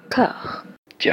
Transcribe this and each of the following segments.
Corps. Tiens.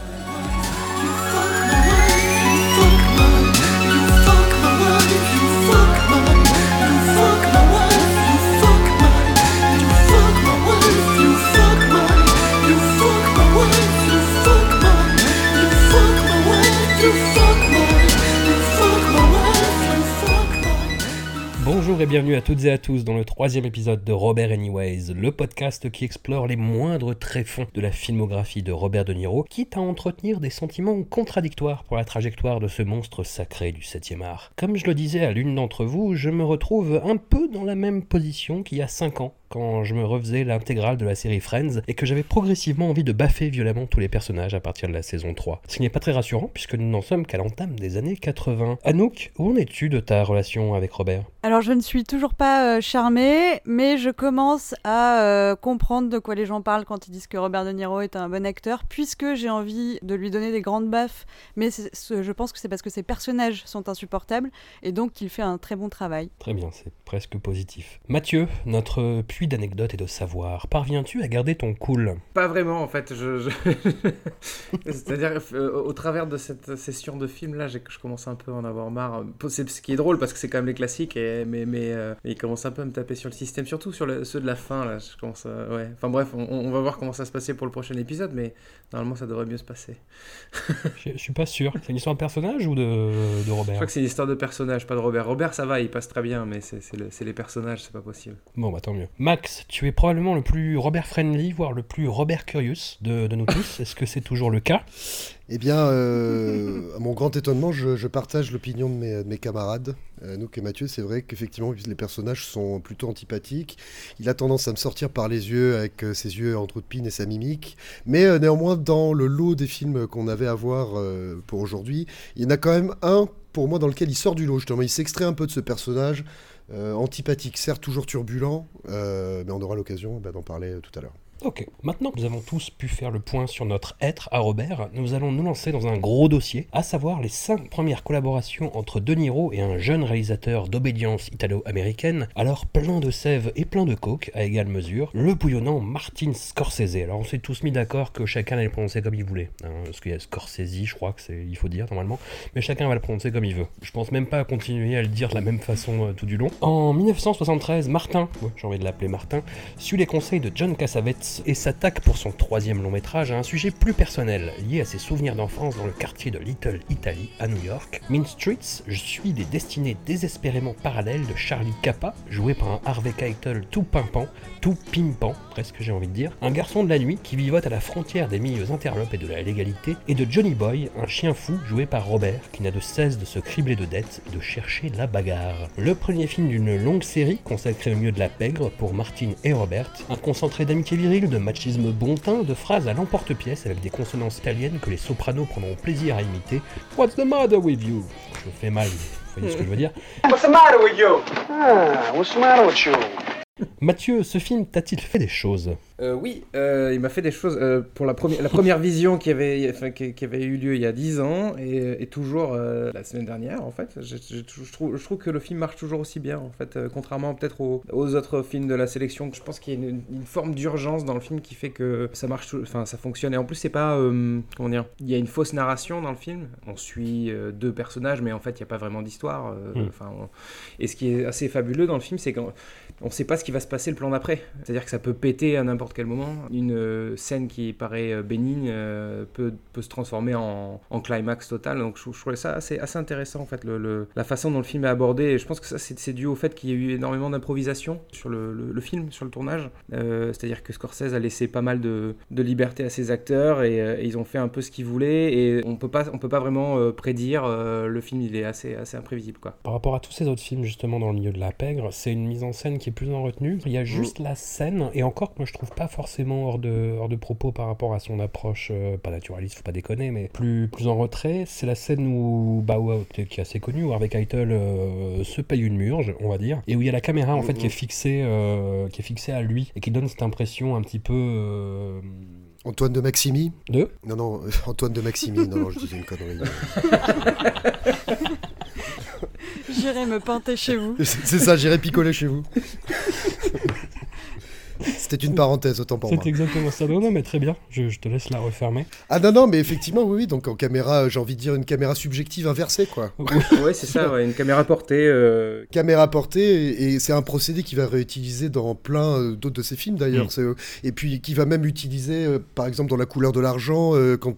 Bonjour et bienvenue à toutes et à tous dans le 3e épisode de Robert Anyways, le podcast qui explore les moindres tréfonds de la filmographie de Robert De Niro, quitte à entretenir des sentiments contradictoires pour la trajectoire de ce monstre sacré du 7e art. Comme je le disais à l'une d'entre vous, je me retrouve un peu dans la même position qu'il y a 5 ans, quand je me refaisais l'intégrale de la série Friends et que j'avais progressivement envie de baffer violemment tous les personnages à partir de la saison 3. Ce qui n'est pas très rassurant puisque nous n'en sommes qu'à l'entame des années 80. Anouk, où en es-tu de ta relation avec Robert ? Alors je ne suis toujours pas charmée, mais je commence à comprendre de quoi les gens parlent quand ils disent que Robert De Niro est un bon acteur, puisque j'ai envie de lui donner des grandes baffes, mais je pense que c'est parce que ses personnages sont insupportables, et donc qu'il fait un très bon travail. Très bien, c'est presque positif. Mathieu, notre puits d'anecdotes et de savoir, parviens-tu à garder ton cool ? Pas vraiment en fait, c'est-à-dire au travers de cette session de film là, je commence un peu à en avoir marre. C'est ce qui est drôle parce que c'est quand même les classiques, mais il commence un peu à me taper sur le système, surtout sur ceux de la fin là. Je commence ouais. Enfin bref, on va voir comment ça se passer pour le prochain épisode, mais normalement ça devrait mieux se passer. Je suis pas sûr. C'est une histoire de personnage ou de Robert ? Je crois que c'est une histoire de personnage, pas de Robert. Robert ça va, il passe très bien, mais c'est les personnages, c'est pas possible. Bon bah tant mieux. Max, tu es probablement le plus Robert friendly, voire le plus Robert curious de nous tous. Est-ce que c'est toujours le cas ? Eh bien, à mon grand étonnement, je partage l'opinion de mes camarades. Anouk et Mathieu, c'est vrai qu'effectivement, les personnages sont plutôt antipathiques. Il a tendance à me sortir par les yeux avec ses yeux en trou de pine et sa mimique. Mais néanmoins, dans le lot des films qu'on avait à voir pour aujourd'hui, il y en a quand même un, pour moi, dans lequel il sort du lot, justement. Il s'extrait un peu de ce personnage antipathique, certes toujours turbulent, mais on aura l'occasion d'en parler tout à l'heure. Ok, maintenant que nous avons tous pu faire le point sur notre être à Robert, nous allons nous lancer dans un gros dossier, à savoir les 5 premières collaborations entre De Niro et un jeune réalisateur d'obédience italo-américaine, alors plein de sève et plein de coke à égale mesure, le bouillonnant Martin Scorsese. Alors on s'est tous mis d'accord que chacun allait le prononcer comme il voulait, parce qu'il y a Scorsese, je crois que il faut dire normalement, mais chacun va le prononcer comme il veut. Je pense même pas à continuer à le dire de la même façon tout du long. En 1973, Martin, j'ai envie de l'appeler Martin, suit les conseils de John Cassavetes et s'attaque pour son 3e long métrage à un sujet plus personnel, lié à ses souvenirs d'enfance dans le quartier de Little Italy à New York. Mean Streets suit les destinées désespérément parallèles de Charlie Capa, joué par un Harvey Keitel tout pimpant, tout pimpant, presque j'ai envie de dire, un garçon de la nuit qui vivote à la frontière des milieux interlopes et de la légalité, et de Johnny Boy, un chien fou joué par Robert, qui n'a de cesse de se cribler de dettes et de chercher la bagarre. Le premier film d'une longue série consacrée au milieu de la pègre pour Martin et Robert, un concentré d'amitié virile, de machisme bon teint, de phrases à l'emporte-pièce avec des consonances italiennes que les sopranos prendront plaisir à imiter. What's the matter with you ? Je fais mal, vous voyez ce que je veux dire ? What's the matter with you? What's the matter with you? Mathieu, ce film t'a-t-il fait des choses ? Oui, il m'a fait des choses pour la première vision qui avait eu lieu il y a 10 ans et toujours la semaine dernière en fait. Je trouve que le film marche toujours aussi bien en fait, contrairement peut-être aux autres films de la sélection. Je pense qu'il y a une forme d'urgence dans le film qui fait que ça marche, enfin ça fonctionne. Et en plus c'est pas comment dire, il y a une fausse narration dans le film. On suit 2 personnages, mais en fait il y a pas vraiment d'histoire. Et ce qui est assez fabuleux dans le film, c'est qu'on sait pas ce qui va se passer le plan d'après. C'est-à-dire que ça peut péter à n'importe quel moment. Une scène qui paraît bénigne peut se transformer en climax total. Donc je trouvais ça assez intéressant en fait, la façon dont le film est abordé. Et je pense que ça c'est dû au fait qu'il y a eu énormément d'improvisation sur le film, sur le tournage. C'est-à-dire que Scorsese a laissé pas mal de liberté à ses acteurs et ils ont fait un peu ce qu'ils voulaient. Et on peut pas vraiment prédire. Le film il est assez imprévisible quoi. Par rapport à tous ces autres films justement dans le milieu de la pègre, c'est une mise en scène qui est plus en retenue. Il y a juste la scène, et encore que moi je trouve pas forcément hors de propos par rapport à son approche, pas naturaliste, faut pas déconner, mais plus en retrait. C'est la scène où qui est assez connue, où Harvey Keitel se paye une murge, on va dire, et où il y a la caméra en fait qui est fixée à lui, et qui donne cette impression un petit peu... Antoine de Maximi ? De ? Non, Antoine de Maximi, non, je disais une connerie. J'irai me pinter chez vous. C'est ça, j'irai picoler chez vous. C'était une parenthèse, autant pour moi. C'est exactement ça. Non, mais très bien. Je te laisse la refermer. Ah non, mais effectivement, oui. Donc en caméra, j'ai envie de dire une caméra subjective inversée, quoi. Ouais, c'est ça, ouais, une caméra portée. Caméra portée, et c'est un procédé qu'il va réutiliser dans plein d'autres de ses films, d'ailleurs. Et puis qui va même utiliser, par exemple, dans La couleur de l'argent,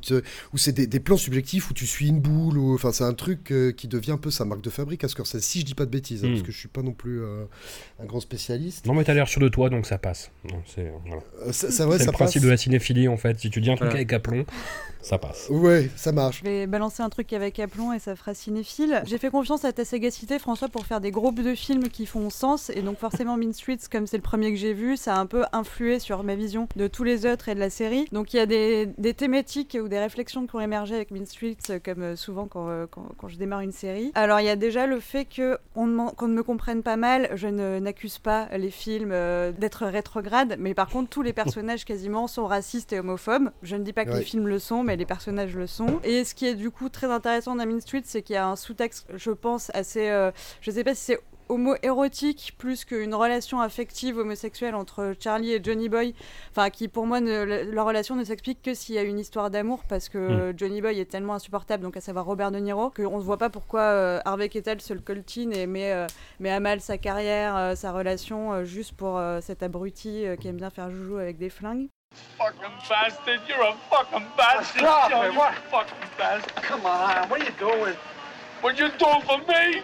où c'est des plans subjectifs où tu suis une boule. Enfin, c'est un truc qui devient un peu sa marque de fabrique à Scorsese, si je dis pas de bêtises, parce que je suis pas non plus un grand spécialiste. Non, mais t'as l'air sûr de toi, donc ça passe. Non, voilà. C'est le principe de la cinéphilie, en fait. Si tu dis un truc avec aplomb, ça passe. Ouais, ça marche. Je vais balancer un truc avec aplomb et ça fera cinéphile. J'ai fait confiance à ta sagacité, François, pour faire des groupes de films qui font sens. Et donc forcément, Mean Streets, comme c'est le premier que j'ai vu, ça a un peu influé sur ma vision de tous les autres et de la série. Donc il y a des thématiques ou des réflexions qui ont émergé avec Mean Streets, comme souvent quand je démarre une série. Alors il y a déjà le fait qu'on ne me comprenne pas mal. Je n'accuse pas les films d'être rétrogrades, mais par contre tous les personnages quasiment sont racistes et homophobes. Je ne dis pas que les films le sont, mais les personnages le sont. Et ce qui est du coup très intéressant dans Mean Streets, c'est qu'il y a un sous-texte, je pense, assez... je sais pas si c'est homo-érotique plus qu'une relation affective homosexuelle entre Charlie et Johnny Boy, enfin qui pour moi leur relation ne s'explique que s'il y a une histoire d'amour, parce que Johnny Boy est tellement insupportable, donc à savoir Robert De Niro, qu'on ne voit pas pourquoi Harvey Keitel se le coltine et met à mal sa carrière, sa relation, juste pour cet abruti qui aime bien faire joujou avec des flingues. Fucking bastard, you're a fucking bastard. Stop You're it, what? a fucking bastard. Come on, what are you doing? What you doing for me?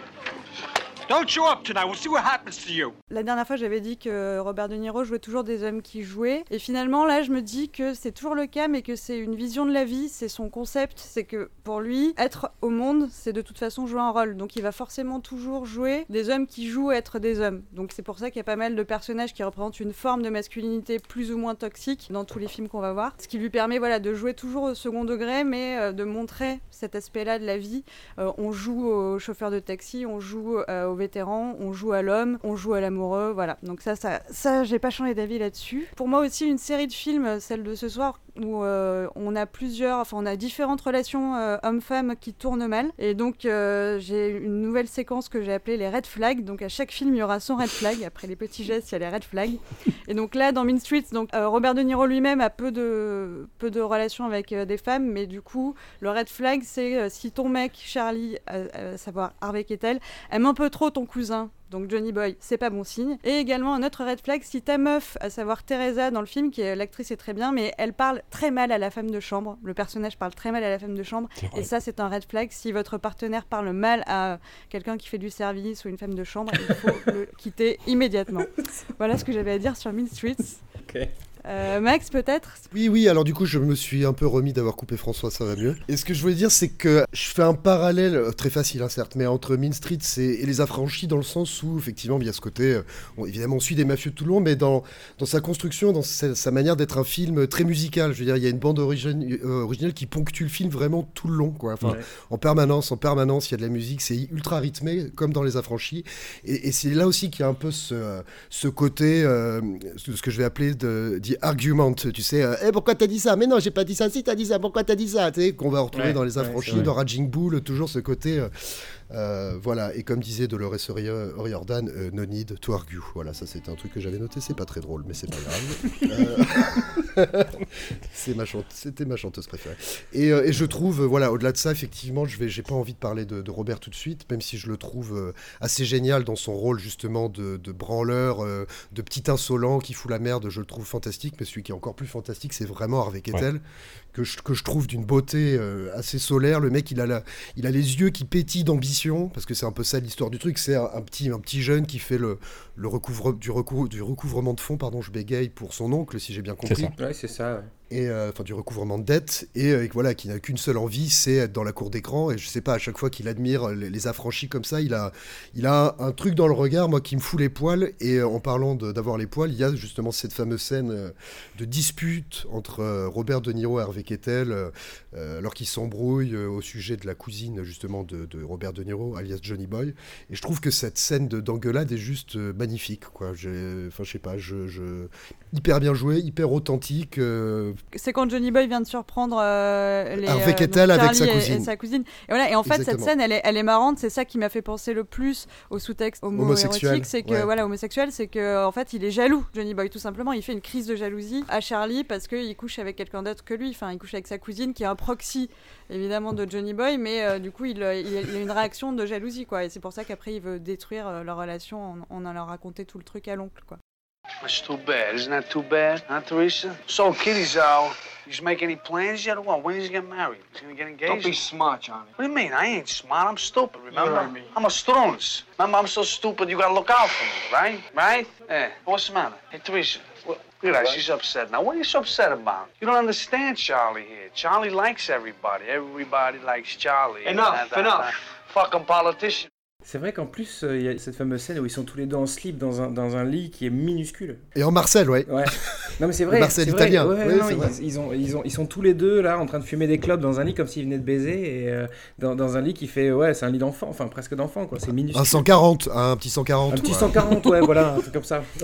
Don't show up tonight. We'll see what happens to you. La dernière fois, j'avais dit que Robert De Niro jouait toujours des hommes qui jouaient. Et finalement, là, je me dis que c'est toujours le cas, mais que c'est une vision de la vie, c'est son concept. C'est que pour lui, être au monde, c'est de toute façon jouer un rôle. Donc il va forcément toujours jouer des hommes qui jouent à être des hommes. Donc c'est pour ça qu'il y a pas mal de personnages qui représentent une forme de masculinité plus ou moins toxique dans tous les films qu'on va voir. Ce qui lui permet de jouer toujours au second degré, mais de montrer cet aspect-là de la vie. On joue au chauffeur de taxi, on joue aux vétérans, on joue à l'homme, on joue à l'amoureux, voilà. Donc ça j'ai pas changé d'avis là-dessus. Pour moi aussi, une série de films, celle de ce soir, où on a différentes relations hommes-femmes qui tournent mal. Et donc j'ai une nouvelle séquence que j'ai appelée les red flags. Donc à chaque film, il y aura son red flag. Après les petits gestes, il y a les red flags. Et donc là, dans Mean Streets, Robert De Niro lui-même a peu de relations avec des femmes, mais du coup, le red flag, c'est si ton mec, Charlie, à savoir Harvey Keitel, aime un peu trop ton cousin, donc Johnny Boy, c'est pas bon signe. Et également un autre red flag, si ta meuf, à savoir Teresa dans le film, l'actrice est très bien, mais elle parle très mal à la femme de chambre. Le personnage parle très mal à la femme de chambre. Et ça, c'est un red flag. Si votre partenaire parle mal à quelqu'un qui fait du service ou une femme de chambre, il faut le quitter immédiatement. Voilà ce que j'avais à dire sur Mean Streets. Ok. Max, peut-être ? Oui, alors du coup, je me suis un peu remis d'avoir coupé François, ça va mieux. Et ce que je voulais dire, c'est que je fais un parallèle, très facile, hein, certes, mais entre Mean Streets et Les Affranchis, dans le sens où, effectivement, il y a ce côté, évidemment, on suit des mafieux tout le long, mais dans sa construction, dans sa manière d'être un film très musical. Je veux dire, il y a une bande originale qui ponctue le film vraiment tout le long, quoi. Enfin, en permanence, il y a de la musique, c'est ultra rythmé, comme dans Les Affranchis. Et c'est là aussi qu'il y a un peu ce côté, ce que je vais appeler the argument, tu sais, pourquoi t'as dit ça? Mais non, j'ai pas dit ça. Si t'as dit ça, pourquoi t'as dit ça? Tu sais, qu'on va retrouver dans Les Affranchis, dans Raging Bull, toujours ce côté, voilà. Et comme disait Dolores O'Riordan, no need to argue. Voilà, ça c'était un truc que j'avais noté. C'est pas très drôle, mais c'est pas grave. C'était ma chanteuse préférée. Et je trouve, voilà, au-delà de ça, effectivement, j'ai pas envie de parler de Robert tout de suite, même si je le trouve assez génial dans son rôle justement de branleur, de petit insolent qui fout la merde. Je le trouve fantastique. Mais celui qui est encore plus fantastique, c'est vraiment Harvey Keitel, que je trouve d'une beauté assez solaire. Le mec, il a les yeux qui pétillent d'ambition, parce que c'est un peu ça l'histoire du truc. C'est un petit jeune qui fait du recouvrement de fonds, je bégaye, pour son oncle, si j'ai bien compris. C'est ça. Ouais, c'est ça. Ouais. Et du recouvrement de dettes, et voilà, qui n'a qu'une seule envie, c'est être dans la cour d'écran. Et je sais pas, à chaque fois qu'il admire les affranchis comme ça, il a un truc dans le regard, moi, qui me fout les poils. Et en parlant d'avoir les poils, il y a justement cette fameuse scène de dispute entre Robert De Niro et Harvey Keitel, alors qu'ils s'embrouillent au sujet de la cousine justement de Robert De Niro, alias Johnny Boy. Et je trouve que cette scène d'engueulade est juste magnifique, quoi. Je sais pas, hyper bien joué, hyper authentique. C'est quand Johnny Boy vient de surprendre Harvey Keitel avec sa cousine. Et sa cousine. Et voilà. Et en fait, Exactement. cette scène, elle est marrante. C'est ça qui m'a fait penser le plus au sous-texte homo-érotique, c'est que homosexuel, c'est que en fait, il est jaloux, Johnny Boy, tout simplement. Il fait une crise de jalousie à Charlie parce qu'il couche avec quelqu'un d'autre que lui. Enfin, il couche avec sa cousine qui est un proxy, évidemment, de Johnny Boy, mais du coup, il a une réaction de jalousie, quoi. Et c'est pour ça qu'après, il veut détruire leur relation en allant raconter tout le truc à l'oncle, quoi. That's too bad. Isn't that too bad, huh, Teresa? So, Kitty's he's making any plans yet or what? When is he get married? He's gonna get engaged? Don't be smart, Johnny. What do you mean? I ain't smart. I'm stupid, remember? You heard me. I'm a Struns. Remember, I'm so stupid you gotta look out for me, right? Right? Yeah. What's the matter? Hey, Teresa. Look at that. She's upset now. What are you so upset about? You don't understand Charlie here. Charlie likes everybody. Everybody likes Charlie. Enough. Fucking politician. C'est vrai qu'en plus, il y a cette fameuse scène où ils sont tous les deux en slip dans un lit qui est minuscule. Et en Marcel, ouais. Non mais c'est vrai. Marcel c'est italien. Vrai. Ouais, non, c'est vrai. ils sont tous les deux là en train de fumer des clopes dans un lit comme s'ils venaient de baiser et dans un lit qui fait c'est un lit d'enfant, enfin presque d'enfant quoi. C'est minuscule. Un 140, un petit 140. Un petit quoi. 140, ouais, voilà, un truc comme ça.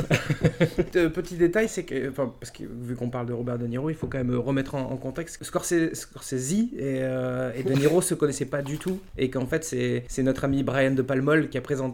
Petit détail, c'est que, parce que vu qu'on parle de Robert De Niro, il faut quand même remettre en contexte. Scorsese et De Niro se connaissaient pas du tout, et qu'en fait c'est notre ami Brian De Palmol qui a présenté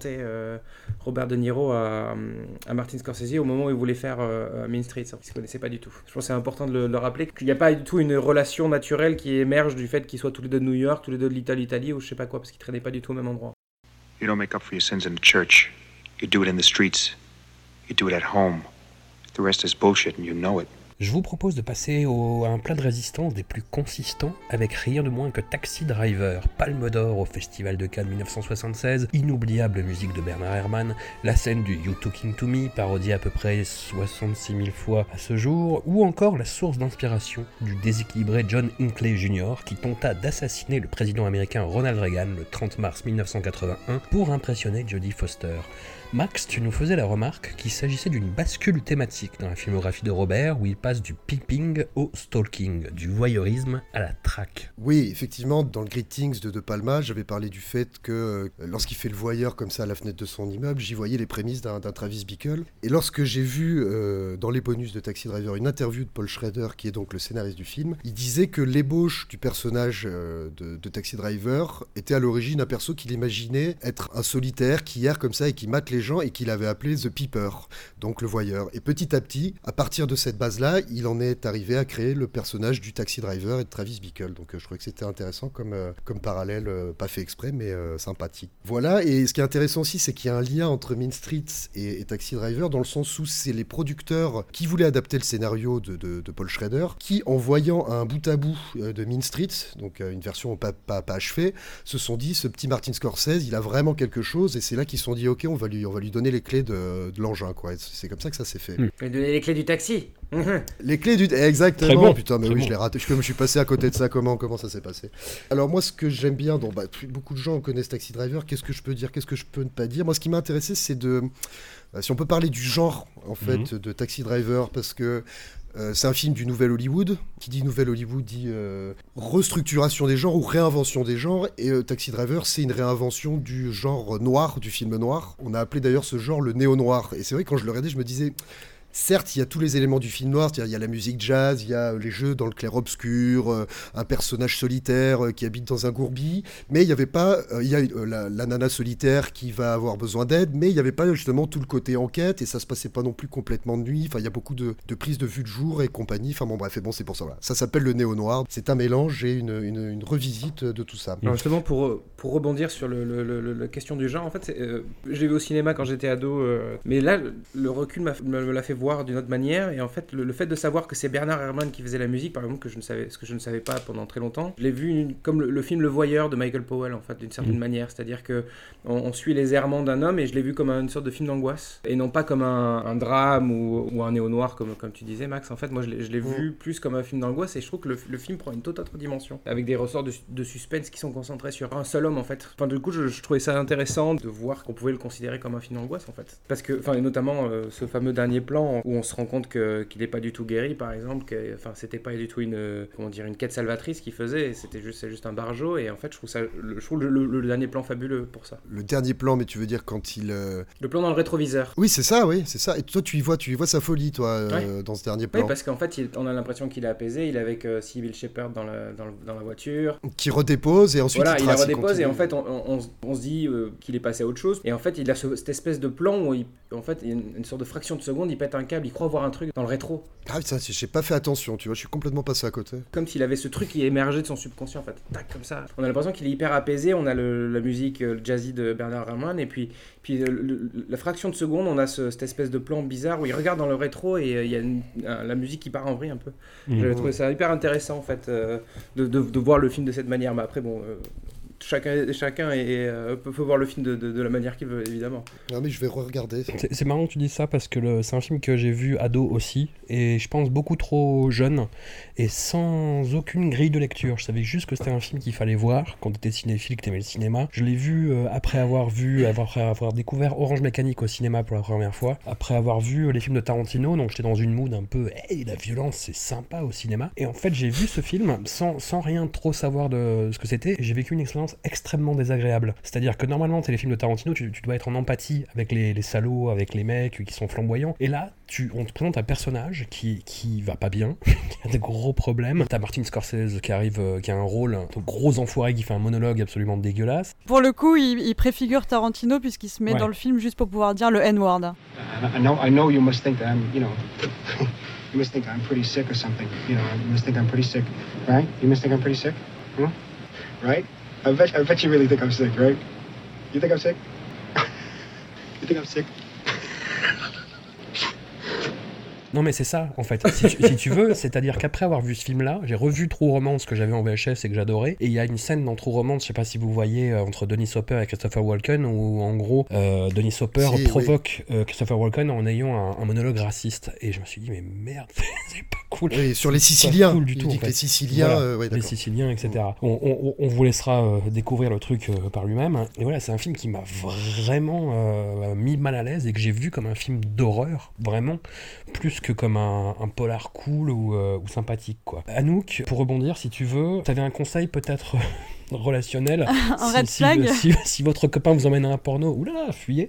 Robert De Niro à Martin Scorsese au moment où il voulait faire Mean Streets. Ils se connaissaient pas du tout. Je pense que c'est important de le rappeler qu'il n'y a pas du tout une relation naturelle qui émerge du fait qu'ils soient tous les deux de New York, tous les deux de l'Italie ou je sais pas quoi, parce qu'ils traînaient pas du tout au même endroit. You don't make up for your sins in the church. You do it in the streets. You do it at home. The rest is bullshit and you know it. Je vous propose de passer à un plat de résistance des plus consistants avec rien de moins que Taxi Driver, Palme d'Or au Festival de Cannes 1976, inoubliable musique de Bernard Herrmann, la scène du You Talking to Me, parodiée à peu près 66 000 fois à ce jour, ou encore la source d'inspiration du déséquilibré John Hinckley Jr. qui tenta d'assassiner le président américain Ronald Reagan le 30 mars 1981 pour impressionner Jodie Foster. Max, tu nous faisais la remarque qu'il s'agissait d'une bascule thématique dans la filmographie de Robert où il passe du peeping au stalking, du voyeurisme à la traque. Oui, effectivement, dans le Greetings de Palma, j'avais parlé du fait que lorsqu'il fait le voyeur comme ça à la fenêtre de son immeuble, j'y voyais les prémices d'un Travis Bickle. Et lorsque j'ai vu dans les bonus de Taxi Driver une interview de Paul Schrader, qui est donc le scénariste du film, il disait que l'ébauche du personnage de Taxi Driver était à l'origine un perso qu'il imaginait être un solitaire qui erre comme ça et qui mate les gens et qu'il avait appelé The Peeper, donc le voyeur. Et petit à petit, à partir de cette base-là, il en est arrivé à créer le personnage du Taxi Driver et de Travis Bickle. Donc je trouvais que c'était intéressant comme parallèle, pas fait exprès, mais sympathique. Voilà, et ce qui est intéressant aussi, c'est qu'il y a un lien entre Mean Streets et Taxi Driver, dans le sens où c'est les producteurs qui voulaient adapter le scénario de Paul Schrader, qui, en voyant un bout à bout de Mean Streets, donc une version pas achevée, se sont dit, ce petit Martin Scorsese, il a vraiment quelque chose, et c'est là qu'ils se sont dit, ok, on va lui donner les clés de l'engin, quoi. Et c'est comme ça que ça s'est fait. Et donner les clés du taxi. Les clés du... Exactement. Très bon, putain, mais oui, bon. Je l'ai raté. Je me suis passé à côté de ça. Comment ça s'est passé? Alors moi, ce que j'aime bien, beaucoup de gens connaissent Taxi Driver. Qu'est-ce que je peux dire? Qu'est-ce que je peux ne pas dire? Moi, ce qui m'a intéressé, c'est si on peut parler du genre, en fait, de Taxi Driver, parce que c'est un film du Nouvel Hollywood. Qui dit Nouvel Hollywood dit restructuration des genres ou réinvention des genres. Et Taxi Driver, c'est une réinvention du genre noir, du film noir. On a appelé d'ailleurs ce genre le néo-noir. Et c'est vrai, quand je le regardais, je me disais... Certes, il y a tous les éléments du film noir, c'est-à-dire il y a la musique jazz, il y a les jeux dans le clair-obscur, un personnage solitaire qui habite dans un gourbi, mais il n'y avait pas, il y a la nana solitaire qui va avoir besoin d'aide, mais il n'y avait pas justement tout le côté enquête, et ça se passait pas non plus complètement de nuit, enfin il y a beaucoup de prises de vue de jour et compagnie, enfin bon bref, et bon c'est pour ça, voilà. Ça s'appelle le néo-noir, c'est un mélange et une revisite de tout ça. Alors justement, pour rebondir sur la question du genre, en fait, je l'ai vu au cinéma quand j'étais ado, mais là, le recul me l'a fait voir d'une autre manière, et en fait le fait de savoir que c'est Bernard Herrmann qui faisait la musique, par exemple, ce que je ne savais pas pendant très longtemps, je l'ai vu comme le film Le Voyeur de Michael Powell, en fait, d'une certaine manière, c'est-à-dire que on suit les errements d'un homme, et je l'ai vu comme une sorte de film d'angoisse, et non pas comme un drame ou un néo-noir comme tu disais, Max. En fait, moi je l'ai vu plus comme un film d'angoisse, et je trouve que le film prend une toute autre dimension, avec des ressorts de suspense qui sont concentrés sur un seul homme, en fait. Enfin, du coup, je trouvais ça intéressant de voir qu'on pouvait le considérer comme un film d'angoisse, en fait, parce que, enfin, et notamment ce fameux dernier plan moment où on se rend compte qu'il n'est pas du tout guéri, par exemple, c'était pas du tout une quête salvatrice qu'il faisait, c'est juste un barjot, et en fait, je trouve le dernier plan fabuleux pour ça. Le dernier plan, mais tu veux dire quand il... Le plan dans le rétroviseur. Oui, c'est ça. Et toi, tu y vois sa folie, toi, dans ce dernier plan. Oui, parce qu'en fait, on a l'impression qu'il est apaisé, il est avec Sybil Shepherd dans la voiture. Qui redépose, et ensuite voilà, il redépose, et en fait, on se dit qu'il est passé à autre chose, et en fait, il a cette espèce de plan où, il y a une sorte de fraction de seconde, il pète un câble, il croit voir un truc dans le rétro. Ah, ça, j'ai pas fait attention, tu vois, je suis complètement passé à côté. Comme s'il avait ce truc qui émergeait de son subconscient, en fait, tac, comme ça. On a l'impression qu'il est hyper apaisé, on a la musique jazzy de Bernard Herrmann, et puis la fraction de seconde, on a cette espèce de plan bizarre où il regarde dans le rétro, et il y a la musique qui part en vrille un peu. J'avais trouvé ça hyper intéressant, en fait, de voir le film de cette manière. Mais après, bon... Chacun peut voir le film de la manière qu'il veut, évidemment. Non, mais je vais re-regarder. C'est marrant que tu dises ça parce que c'est un film que j'ai vu ado aussi, et je pense beaucoup trop jeune et sans aucune grille de lecture. Je savais juste que c'était un film qu'il fallait voir quand t'étais cinéphile, que t'aimais le cinéma. Je l'ai vu après avoir découvert Orange Mécanique au cinéma pour la première fois, après avoir vu les films de Tarantino, donc j'étais dans une mood un peu la violence c'est sympa au cinéma, et en fait j'ai vu ce film sans rien trop savoir de ce que c'était, et j'ai vécu une expérience extrêmement désagréable. C'est-à-dire que normalement, c'est les films de Tarantino, tu dois être en empathie avec les salauds, avec les mecs qui sont flamboyants. Et là, on te présente un personnage qui va pas bien, qui a des gros problèmes. T'as Martin Scorsese qui arrive, qui a un rôle de gros enfoiré, qui fait un monologue absolument dégueulasse. Pour le coup, il préfigure Tarantino puisqu'il se met dans le film juste pour pouvoir dire le N-word. I know you must think that I'm, you must think I'm pretty sick or something. You must think I'm pretty sick, right? You must think I'm pretty sick, right? I bet you really think I'm sick, right? You think I'm sick? You think I'm sick? Non mais c'est ça en fait, si tu veux, c'est-à-dire qu'après avoir vu ce film-là, j'ai revu True Romance que j'avais en VHS et que j'adorais, et il y a une scène dans True Romance, je sais pas si vous voyez, entre Dennis Hopper et Christopher Walken, où en gros, Dennis Hopper provoque Christopher Walken en ayant un monologue raciste, et je me suis dit mais merde, c'est pas cool. Et sur les Siciliens, cool du tout, dit que les Siciliens, les Siciliens, etc. On vous laissera découvrir le truc par lui-même, et voilà, c'est un film qui m'a vraiment mis mal à l'aise et que j'ai vu comme un film d'horreur, vraiment, plus que comme un polar cool ou sympathique, quoi. Anouk, pour rebondir, si tu veux, t'avais un conseil peut-être relationnel. Un red flag. Si votre copain vous emmène à un porno, oula, fuyez.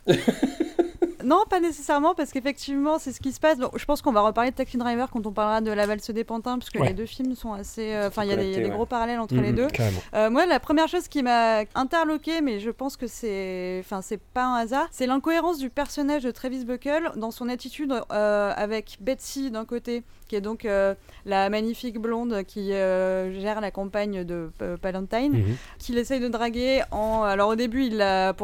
Non, pas nécessairement, parce qu'effectivement, c'est ce qui se passe. Donc, je pense qu'on va reparler de Taxi Driver quand on parlera de La valse des pantins, parce que les deux films sont assez... Enfin, il y a des gros parallèles entre les deux. Moi, la première chose qui m'a interloquée, mais je pense que c'est pas un hasard, c'est l'incohérence du personnage de Travis Bickle dans son attitude avec Betsy d'un côté, qui est donc la magnifique blonde qui gère la campagne de Palantine, qu'il essaye de draguer alors au début, il la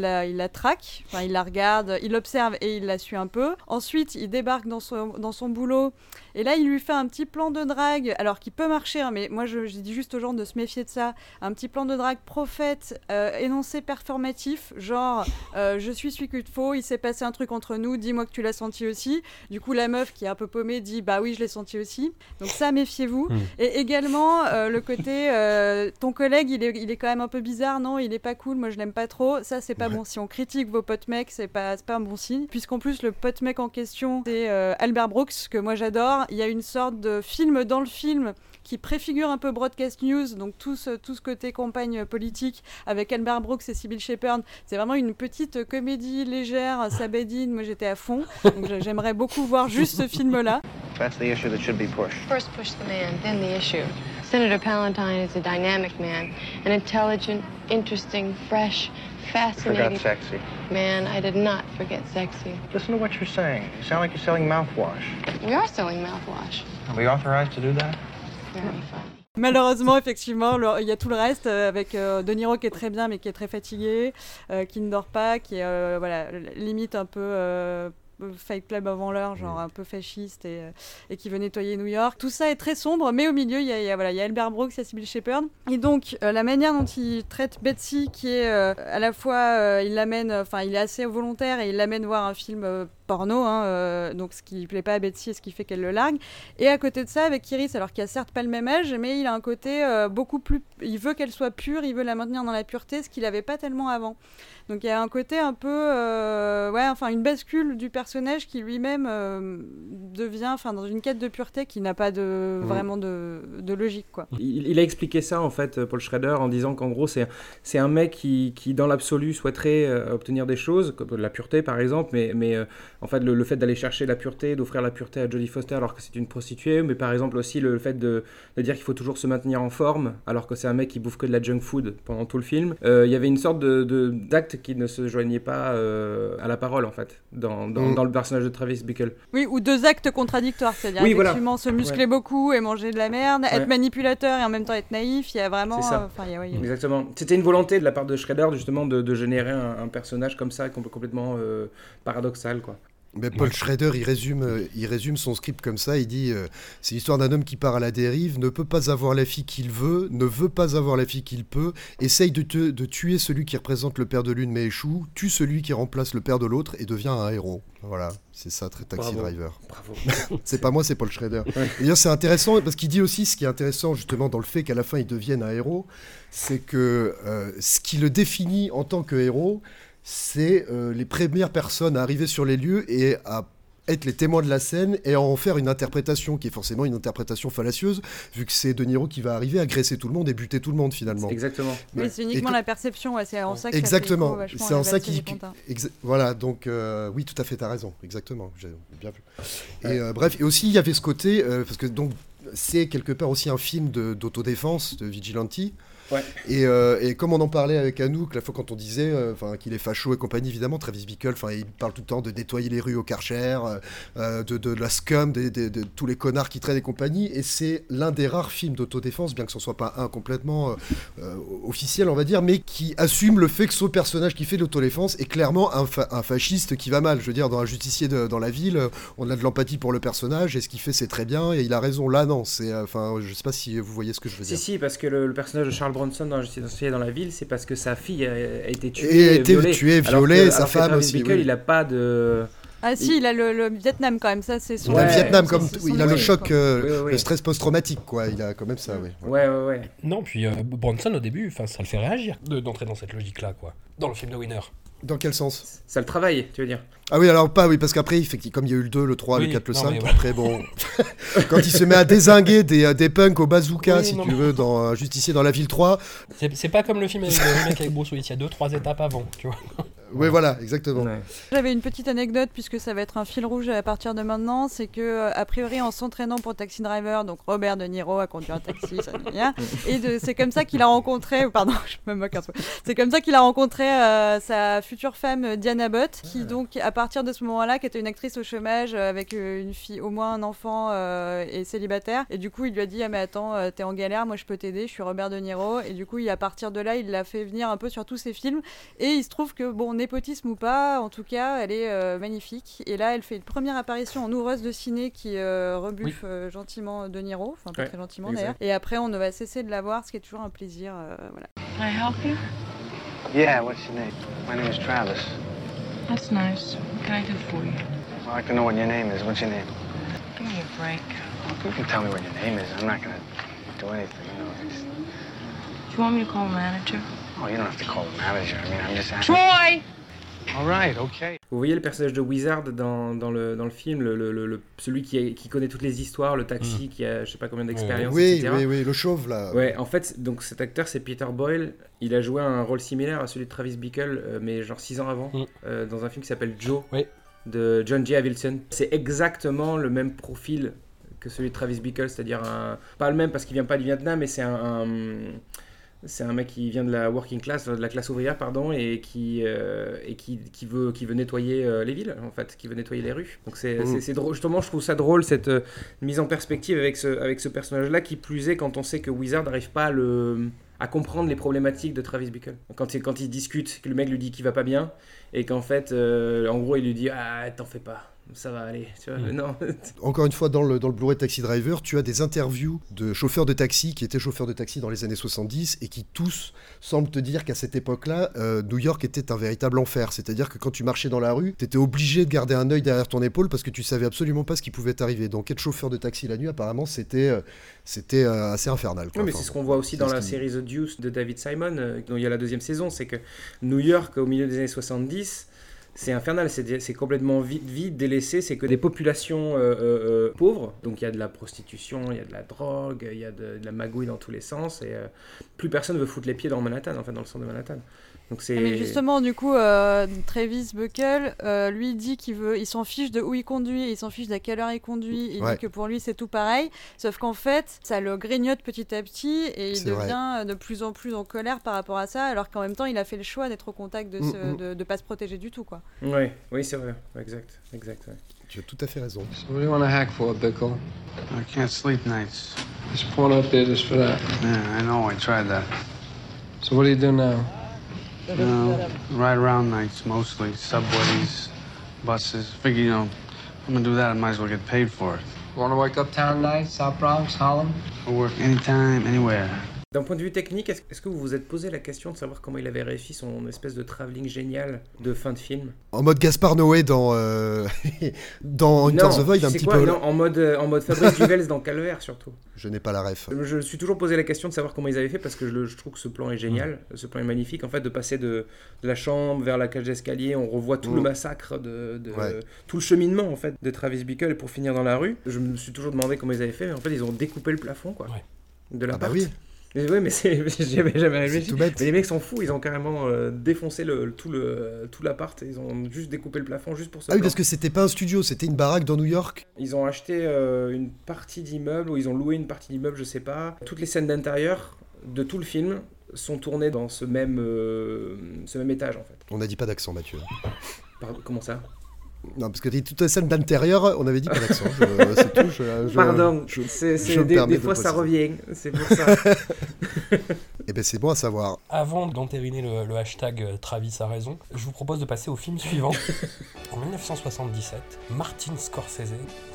traque, enfin il la regarde, il l'observe et il la suit un peu. Ensuite, il débarque dans son boulot et là, il lui fait un petit plan de drague, alors qui peut marcher, hein, mais moi je dis juste aux gens de se méfier de ça. Un petit plan de drague prophète, énoncé performatif, genre je suis celui qu'il te faut, il s'est passé un truc entre nous, dis-moi que tu l'as senti aussi. Du coup, la meuf qui est un peu paumée dit bah oui, je l'ai senti aussi. Donc ça, méfiez-vous. Et également le côté ton collègue, il est quand même un peu bizarre, non, il est pas cool, moi je l'aime pas trop. Ça, c'est pas bon. Si on critique vos potes mecs, c'est pas un bon signe. Puisqu'en plus, le pote mec en question, c'est Albert Brooks, que moi j'adore. Il y a une sorte de film dans le film qui préfigure un peu Broadcast News, donc tout ce côté campagne politique avec Albert Brooks et Sybil Shepherd. C'est vraiment une petite comédie légère, sabadine. Moi j'étais à fond, donc j'aimerais beaucoup voir juste ce film-là. That's the issue that should be pushed. First push the man, then the issue. Senator Palantine is a dynamic man, an intelligent, interesting, fresh, fascinating... Forgot sexy. Man, I did not forget sexy. Listen to what you're saying. You sound like you're selling mouthwash. We are selling mouthwash. Are we authorized to do that? Very funny. Malheureusement, effectivement, il y a tout le reste avec De Niro qui est très bien mais qui est très fatigué, qui ne dort pas, qui est limite un peu... Fight Club avant l'heure, genre un peu fasciste et qui veut nettoyer New York. Tout ça est très sombre, mais au milieu, il y a Albert Brooks, il y a Sybil Shepherd. Et donc, la manière dont il traite Betsy, qui est à la fois, il est assez volontaire et il l'amène voir un film porno, donc ce qui plaît pas à Betsy et ce qui fait qu'elle le largue. Et à côté de ça, avec Iris, alors qu'il a certes pas le même âge, mais il a un côté beaucoup plus... Il veut qu'elle soit pure, il veut la maintenir dans la pureté, ce qu'il avait pas tellement avant. Donc il y a un côté un peu... une bascule du personnage qui lui-même devient dans une quête de pureté qui n'a pas vraiment de logique, quoi. Il a expliqué ça, en fait, Paul Schrader, en disant qu'en gros, c'est un mec qui dans l'absolu, souhaiterait obtenir des choses, comme la pureté, par exemple, mais en fait, le fait d'aller chercher la pureté, d'offrir la pureté à Jodie Foster alors que c'est une prostituée, mais par exemple aussi le fait de dire qu'il faut toujours se maintenir en forme alors que c'est un mec qui bouffe que de la junk food pendant tout le film. Il y avait une sorte d'acte qui ne se joignait pas à la parole, en fait, dans le personnage de Travis Bickle. Oui, ou 2 actes contradictoires, c'est-à-dire effectivement se muscler beaucoup et manger de la merde, être manipulateur et en même temps être naïf, il y a vraiment... C'est ça. Exactement. C'était une volonté de la part de Schrader, justement, de générer un personnage comme ça, complètement paradoxal, quoi. Mais Paul Schrader, il résume son script comme ça, il dit c'est l'histoire d'un homme qui part à la dérive, ne peut pas avoir la fille qu'il veut, ne veut pas avoir la fille qu'il peut, essaye de tuer celui qui représente le père de l'une mais échoue, tue celui qui remplace le père de l'autre et devient un héros. Voilà, c'est ça, très Taxi Driver. Bravo. C'est pas moi, c'est Paul Schrader. Ouais. Et c'est intéressant, parce qu'il dit aussi, ce qui est intéressant justement dans le fait qu'à la fin il devienne un héros, c'est que ce qui le définit en tant que héros, c'est les premières personnes à arriver sur les lieux et à être les témoins de la scène et à en faire une interprétation qui est forcément une interprétation fallacieuse, vu que c'est De Niro qui va arriver à agresser tout le monde et buter tout le monde finalement. Exactement. Mais c'est uniquement la perception, c'est en ça que exactement. Ça fait c'est en ça qu'il... Voilà, donc oui, tout à fait, t'as raison, exactement, j'ai bien vu. Et bref, et aussi il y avait ce côté, parce que donc c'est quelque part aussi un film d'autodéfense, de vigilante. Ouais. Et comme on en parlait avec Anouk la fois quand on disait qu'il est facho et compagnie, évidemment Travis Bickle, il parle tout le temps de nettoyer les rues au Karcher, de la scum, de tous les connards qui traînent et compagnie, et c'est l'un des rares films d'autodéfense, bien que ce ne soit pas un complètement officiel on va dire, mais qui assume le fait que ce personnage qui fait de l'autodéfense est clairement un fasciste qui va mal. Je veux dire, dans Un justicier dans la ville, on a de l'empathie pour le personnage et ce qu'il fait c'est très bien et il a raison. Là non, c'est je sais pas si vous voyez ce que je veux dire. Si, parce que le personnage de Charles Bronson dans Un justicier dans la ville, c'est parce que sa fille a été tuée et a été violée, sa femme Travis aussi. Bickle, il a pas de... Ah si, il a le Vietnam quand même, ça c'est son... Il a le Vietnam, comme il a le choc, oui. le stress post-traumatique, quoi. Il a quand même ça, oui. Ouais. Non, puis Bronson au début, ça le fait réagir d'entrer dans cette logique-là, quoi. Dans le film de Winner. Dans quel sens ? Ça le travaille, tu veux dire ? Ah oui, alors pas, oui, parce qu'après, comme il y a eu le 2, le 3, le 4, le 5, voilà. après, bon... Quand il se met à dézinguer des punks au bazooka, si tu veux, dans Justicier dans la ville 3... C'est pas comme le film avec le mec avec Bruce Willis, il y a 2-3 étapes avant, tu vois. Oui, voilà, exactement. Ouais. J'avais une petite anecdote, puisque ça va être un fil rouge à partir de maintenant, c'est que, a priori, en s'entraînant pour Taxi Driver, donc Robert De Niro a conduit un taxi, ça n'est rien, et c'est comme ça qu'il a rencontré, pardon, je me moque un peu, c'est comme ça qu'il a rencontré sa future femme, Diana Bott, qui donc, à partir de ce moment-là, qui était une actrice au chômage, avec une fille, au moins un enfant, et célibataire, et du coup, il lui a dit, ah mais attends, t'es en galère, moi je peux t'aider, je suis Robert De Niro, et du coup, à partir de là, il l'a fait venir un peu sur tous ses films, et il se trouve que, bon, népotisme ou pas, en tout cas, elle est magnifique. Et là, elle fait une première apparition en ouvreuse de ciné qui rebuffe gentiment De Niro, enfin pas très gentiment d'ailleurs. Et après, on ne va cesser de la voir, ce qui est toujours un plaisir. Voilà. Can I help you? Yeah, what's your name? My name is Travis. That's nice. What can I do for you? I'd like to know what your name is. What's your name? Give me a break. Well, you can tell me what your name is. I'm not going to do anything, you know. Do you want me to call the manager? Oh, you don't have to call the manager. I mean, I'm just asking. Troy! All right, okay. Vous voyez le personnage de Wizard dans le film, celui qui connaît toutes les histoires, le taxi, qui a je sais pas combien d'expérience, etc. Oui, le chauve là. Ouais, en fait, donc cet acteur c'est Peter Boyle. Il a joué un rôle similaire à celui de Travis Bickle, mais genre 6 ans avant, dans un film qui s'appelle Joe, de John J. Avildsen. C'est exactement le même profil que celui de Travis Bickle, c'est-à-dire pas le même parce qu'il vient pas du Vietnam, mais c'est un mec qui vient de la working class, de la classe ouvrière, pardon, et qui veut nettoyer les villes, en fait, qui veut nettoyer les rues. Donc c'est drôle. Justement, je trouve ça drôle, cette mise en perspective avec ce personnage-là, qui plus est quand on sait que Wizard n'arrive pas à comprendre les problématiques de Travis Bickle. Quand il discute, que le mec lui dit qu'il va pas bien, et qu'en fait, en gros, il lui dit « Ah, t'en fais pas. ça va aller, tu vois, non. Encore une fois, dans le Blu-ray Taxi Driver, tu as des interviews de chauffeurs de taxi qui étaient chauffeurs de taxi dans les années 70 et qui tous semblent te dire qu'à cette époque-là, New York était un véritable enfer. C'est-à-dire que quand tu marchais dans la rue, tu étais obligé de garder un œil derrière ton épaule parce que tu savais absolument pas ce qui pouvait t'arriver. Donc être chauffeur de taxi la nuit, apparemment, c'était assez infernal. Quoi. Oui, mais c'est ce qu'on voit aussi dans la série The Deuce de David Simon, dont il y a la 2e saison, c'est que New York, au milieu des années 70, c'est infernal, c'est complètement vide, délaissé, c'est que des populations pauvres, donc il y a de la prostitution, il y a de la drogue, il y a de la magouille dans tous les sens, et plus personne veut foutre les pieds dans Manhattan, enfin dans le centre de Manhattan. Donc c'est... Mais justement, du coup, Travis Bickle, lui dit il s'en fiche de où il conduit, il s'en fiche d'à quelle heure il conduit, il dit que pour lui c'est tout pareil, sauf qu'en fait, ça le grignote petit à petit et il devient de plus en plus en colère par rapport à ça, alors qu'en même temps, il a fait le choix d'être au contact de pas se protéger du tout, quoi. Oui, c'est vrai, exact. Ouais. Tu as tout à fait raison. So what do you want to hack for, Bickle? I can't sleep nights. There's porn up there just for that. Yeah, I know, I tried that. So what do you do now? Ride around nights mostly, subways, buses. Figure, I'm gonna do that, I might as well get paid for it. You want to work uptown nights, South Bronx, Harlem? I'll work anytime, anywhere. D'un point de vue technique, est-ce que vous vous êtes posé la question de savoir comment il avait réussi son espèce de travelling génial de fin de film ? En mode Gaspard Noé dans Enter the Void, un petit peu. Non, en mode Fabrice Duvels dans Calvaire, surtout. Je n'ai pas la ref. Je me suis toujours posé la question de savoir comment ils avaient fait, parce que je trouve que ce plan est génial, ce plan est magnifique, en fait, de passer de la chambre vers la cage d'escalier, on revoit tout le massacre, tout le cheminement, en fait, de Travis Bickle pour finir dans la rue. Je me suis toujours demandé comment ils avaient fait, mais en fait, ils ont découpé le plafond, quoi, de l'appart. Ah bah oui. Oui, mais j'avais jamais réfléchi. Mais les mecs sont fous, ils ont carrément défoncé tout l'appart, ils ont juste découpé le plafond juste pour ça. Ah oui, parce que c'était pas un studio, c'était une baraque dans New York. Ils ont acheté une partie d'immeuble, ou ils ont loué une partie d'immeuble, je sais pas. Toutes les scènes d'intérieur de tout le film sont tournées dans ce même étage, en fait. On n'a dit pas d'accent, Mathieu. Pardon, comment ça ? Non, parce que toute la scène d'intérieur, on avait dit pas d'accent. C'est tout. Pardon, des fois ça revient, c'est pour ça. Eh ben c'est bon à savoir. Avant d'entériner le hashtag Travis a raison, je vous propose de passer au film suivant. En 1977, Martin Scorsese,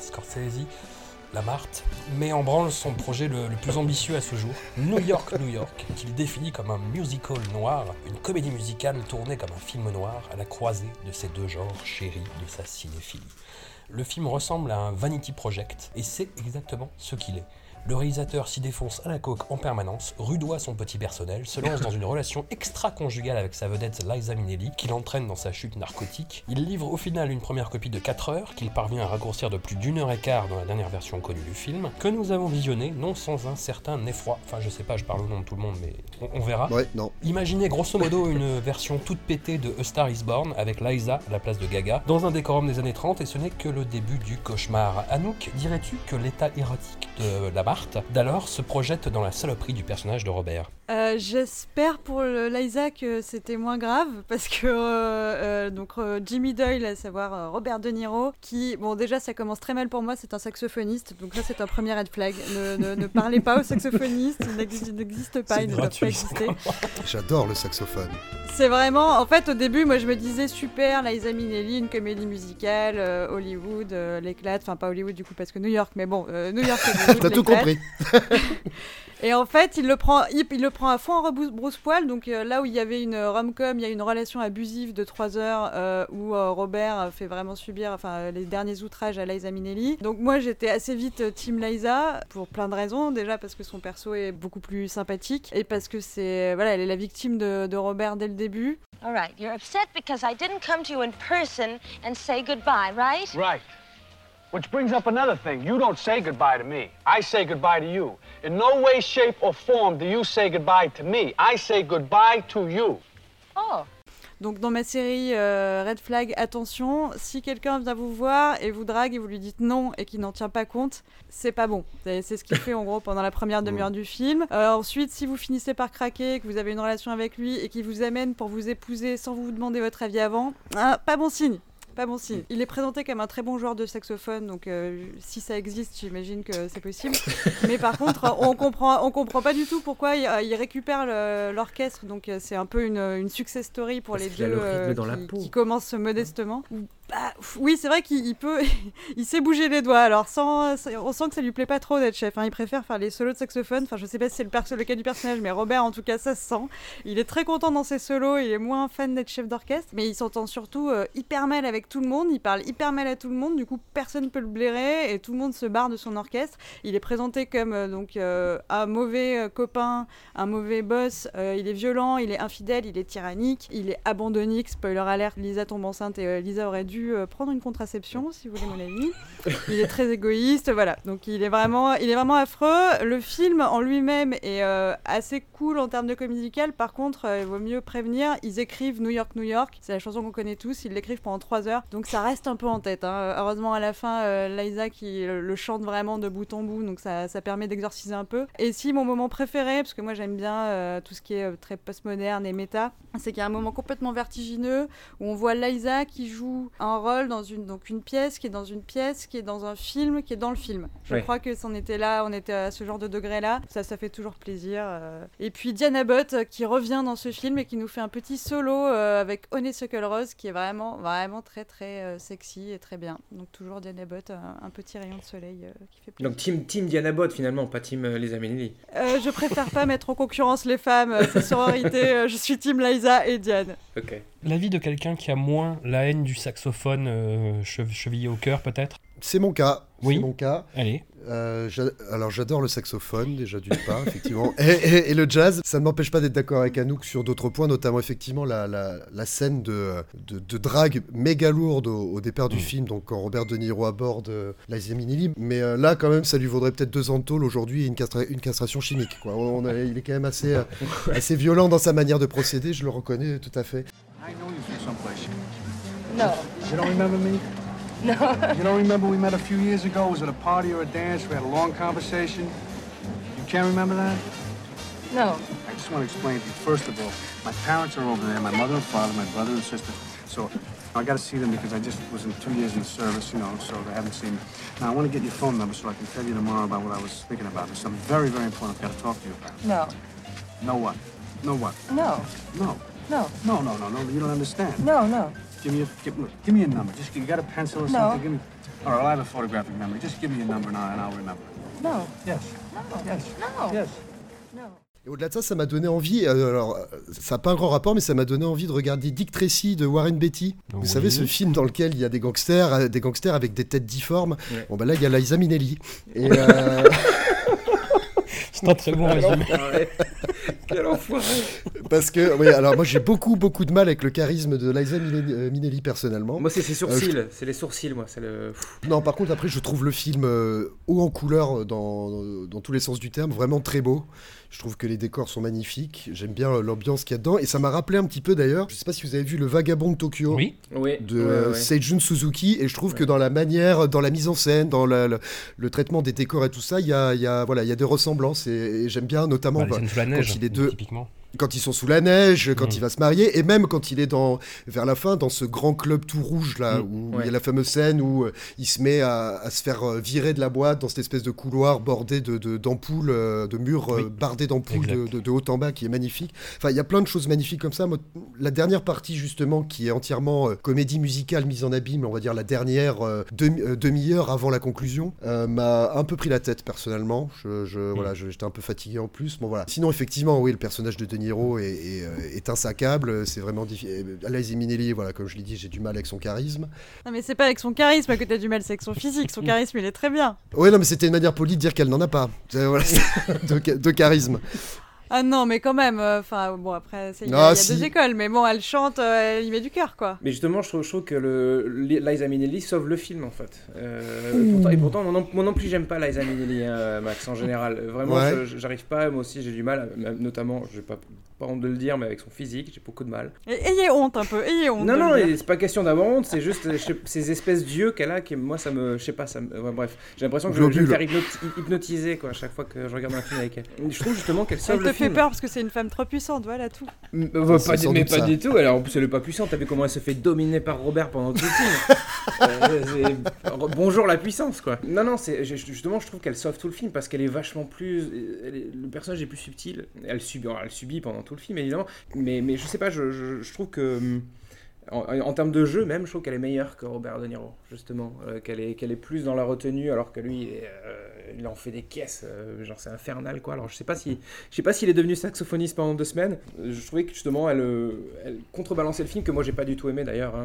la Marthe, met en branle son projet le plus ambitieux à ce jour, New York, qu'il définit comme un musical noir, une comédie musicale tournée comme un film noir à la croisée de ces deux genres chéris de sa cinéphilie. Le film ressemble à un vanity project, et c'est exactement ce qu'il est. Le réalisateur s'y défonce à la coke en permanence, rudoie son petit personnel, se lance dans une relation extra-conjugale avec sa vedette Liza Minnelli, qui l'entraîne dans sa chute narcotique. Il livre au final une première copie de 4 heures, qu'il parvient à raccourcir de plus d'1 heure et quart dans la dernière version connue du film, que nous avons visionné, non sans un certain effroi. Enfin, je sais pas, je parle au nom de tout le monde, mais on verra. Ouais, non. Imaginez grosso modo une version toute pétée de A Star is Born, avec Liza à la place de Gaga, dans un décorum des années 30, et ce n'est que le début du cauchemar. Anouk, dirais-tu que l'état érotique de la d'alors se projette dans la saloperie du personnage de Robert? J'espère pour Liza que c'était moins grave, parce que Jimmy Doyle, à savoir Robert De Niro, qui, bon déjà ça commence très mal pour moi, c'est un saxophoniste, donc là c'est un premier red flag. Ne parlez pas aux saxophonistes, il n'existe pas, ils ne doivent pas exister. J'adore le saxophone. C'est vraiment, en fait au début moi je me disais super, Liza Minnelli, une comédie musicale, Hollywood, l'éclate, enfin pas Hollywood du coup parce que New York, mais bon, New York Hollywood, t'as tout compris. Et en fait, il le prend à fond en rebrousse-poil. Donc là où il y avait une rom-com, il y a une relation abusive de 3 heures où Robert fait vraiment subir les derniers outrages à Liza Minnelli. Donc moi, j'étais assez vite team Liza pour plein de raisons. Déjà parce que son perso est beaucoup plus sympathique et parce que elle est la victime de Robert dès le début. All right, you're upset because I didn't come to you in person and say goodbye, right? Right. Which brings up another thing. You don't say goodbye to me. I say goodbye to you. In no way, shape, or form do you say goodbye to me. I say goodbye to you. Oh. Donc dans ma série Red Flag, attention, si quelqu'un vient vous voir et vous drague et vous lui dites non et qu'il n'en tient pas compte, c'est pas bon. C'est ce qu'il fait en gros pendant la première demi-heure du film. Ensuite, si vous finissez par craquer, que vous avez une relation avec lui et qu'il vous amène pour vous épouser sans vous demander votre avis avant, pas bon signe. Pas bon signe. Il est présenté comme un très bon joueur de saxophone, donc si ça existe, j'imagine que c'est possible. Mais par contre, on comprend pas du tout pourquoi il récupère l'orchestre. Donc c'est un peu une success story pour les deux qui commencent modestement. Oui, c'est vrai qu'il peut, il sait bouger les doigts. Alors, on sent que ça lui plaît pas trop d'être chef. Il préfère faire les solos de saxophone. Enfin, je sais pas si c'est le cas du personnage, mais Robert, en tout cas, ça se sent. Il est très content dans ses solos. Il est moins fan d'être chef d'orchestre, mais il s'entend surtout hyper mal avec tout le monde. Il parle hyper mal à tout le monde. Du coup, personne peut le blairer et tout le monde se barre de son orchestre. Il est présenté comme un mauvais copain, un mauvais boss. Il est violent, il est infidèle, il est tyrannique, il est abandonnique. Spoiler alert, Lisa tombe enceinte et Lisa aurait dû prendre une contraception, si vous voulez mon avis. Il est très égoïste, voilà. Donc il est vraiment affreux. Le film en lui-même est assez cool en termes de comédie musicale. Par contre, il vaut mieux prévenir. Ils écrivent New York, New York. C'est la chanson qu'on connaît tous. Ils l'écrivent pendant 3 heures. Donc ça reste un peu en tête. Heureusement, à la fin, Liza qui le chante vraiment de bout en bout. Donc ça permet d'exorciser un peu. Et si mon moment préféré, parce que moi j'aime bien tout ce qui est très postmoderne et méta, c'est qu'il y a un moment complètement vertigineux où on voit Liza qui joue un rôle dans une pièce, qui est dans une pièce, qui est dans un film, qui est dans le film. Je crois que on était à ce genre de degré-là. Ça fait toujours plaisir. Et puis Diane Abbott qui revient dans ce film et qui nous fait un petit solo avec Honeysuckle Rose qui est vraiment, vraiment très, très sexy et très bien. Donc toujours Diane Abbott, un petit rayon de soleil qui fait plaisir. Donc team Diane Abbott finalement, pas team Liza Minnelli. Je préfère pas mettre en concurrence les femmes, c'est sororité. Je suis team Liza et Diane. Ok. L'avis de quelqu'un qui a moins la haine du saxophone chevillé au cœur, peut-être ? C'est mon cas. Oui. C'est mon cas. Allez. Alors j'adore le saxophone, déjà d'une part, effectivement. Et le jazz, ça ne m'empêche pas d'être d'accord avec Anouk sur d'autres points, notamment effectivement la scène de drague méga lourde au départ du film, donc quand Robert De Niro aborde Liza Minnelli. Mais là, quand même, ça lui vaudrait peut-être 2 ans de tôle aujourd'hui et une castration chimique, quoi. Il est quand même assez violent dans sa manière de procéder, je le reconnais tout à fait. I know you from someplace. No. You don't remember me? No. You don't remember we met a few years ago? Was it a party or a dance? We had a long conversation. You can't remember that? No. I just want to explain to you. First of all, my parents are over there, my mother and father, my brother and sister. So I got to see them because I just was in 2 years in the service, so they haven't seen me. Now, I want to get your phone number so I can tell you tomorrow about what I was thinking about. There's something very, very important I've got to talk to you about. No. No what? No what? No. No. No. No, you don't understand. No. Give me a number. Just, you got a pencil or something? Give me. All right, I have a photographic memory. Just give me a number now and I'll remember. No. Yes. No. Yes. No. Yes. No. Et au-delà de ça, ça m'a donné envie, alors ça n'a pas un grand rapport, mais ça m'a donné envie de regarder Dick Tracy de Warren Beatty. Vous savez, ce film dans lequel il y a des gangsters avec des têtes difformes. Ouais. Bon, bah là, il y a Liza Minnelli. Et c'est un très bon résumé. Quel enfoiré. Parce que, oui, alors moi j'ai beaucoup de mal avec le charisme de Liza Minnelli personnellement. Moi c'est ses sourcils, c'est les sourcils moi. Non, par contre après je trouve le film haut en couleur dans tous les sens du terme, vraiment très beau. Je trouve que les décors sont magnifiques, j'aime bien l'ambiance qu'il y a dedans, et ça m'a rappelé un petit peu d'ailleurs, je sais pas si vous avez vu Le Vagabond de Tokyo de Seijun Suzuki, et je trouve que dans la manière, dans la mise en scène, dans le traitement des décors et tout ça, il y a des ressemblances, et j'aime bien notamment quand il est typiquement. Quand ils sont sous la neige, quand il va se marier, et même quand il est vers la fin dans ce grand club tout rouge là, où il y a la fameuse scène où il se met à se faire virer de la boîte dans cette espèce de couloir bordé d'ampoules, de murs bardés d'ampoules de haut en bas, qui est magnifique. Enfin, il y a plein de choses magnifiques comme ça. Moi, la dernière partie justement, qui est entièrement comédie musicale mise en abîme, on va dire la dernière demi-heure avant la conclusion, m'a un peu pris la tête personnellement. Voilà, j'étais un peu fatigué en plus. Bon voilà. Sinon effectivement, oui, le personnage de Denis Niro est insaccable, c'est vraiment difficile. Liza Minnelli, voilà, comme je l'ai dit, j'ai du mal avec son charisme. Non mais c'est pas avec son charisme que t'as du mal, c'est avec son physique. Son charisme, il est très bien. Ouais, non mais c'était une manière polie de dire qu'elle n'en a pas. Voilà, de charisme. Ah non, mais quand même, bon après, il y a 2 écoles, mais bon, elle chante, elle y met du cœur, quoi. Mais justement, je trouve que Liza Minnelli sauve le film, en fait. Pourtant, moi non plus, j'aime pas Liza Minnelli, Max, en général. Vraiment, j'arrive pas, moi aussi, j'ai du mal, notamment, je vais pas honte de le dire, mais avec son physique, j'ai beaucoup de mal. Ayez honte un peu, ayez honte. Non, c'est pas question d'avoir honte, c'est juste ces espèces d'yeux qu'elle a, qui, moi, je sais pas, bref, j'ai l'impression que je vais me faire hypnotiser, quoi, à chaque fois que je regarde un film avec elle. Je trouve justement qu'elle sauve le film. Elle te fait peur parce que c'est une femme trop puissante, voilà tout. Pas du tout, alors en plus elle est pas puissante, t'as vu comment elle se fait dominer par Robert pendant tout le film. Bonjour la puissance, quoi. Non, justement, je trouve qu'elle sauve tout le film parce qu'elle est vachement plus. Le personnage est plus subtil, elle subit pendant tout le film évidemment, mais je sais pas, je trouve que En termes de jeu, même, je trouve qu'elle est meilleure que Robert De Niro, justement. Qu'elle est plus dans la retenue, alors que lui, il en fait des caisses. Genre, c'est infernal, quoi. Alors, je sais pas s'il est devenu saxophoniste pendant 2 semaines. Je trouvais que, justement, elle contrebalançait le film, que moi, j'ai pas du tout aimé, d'ailleurs.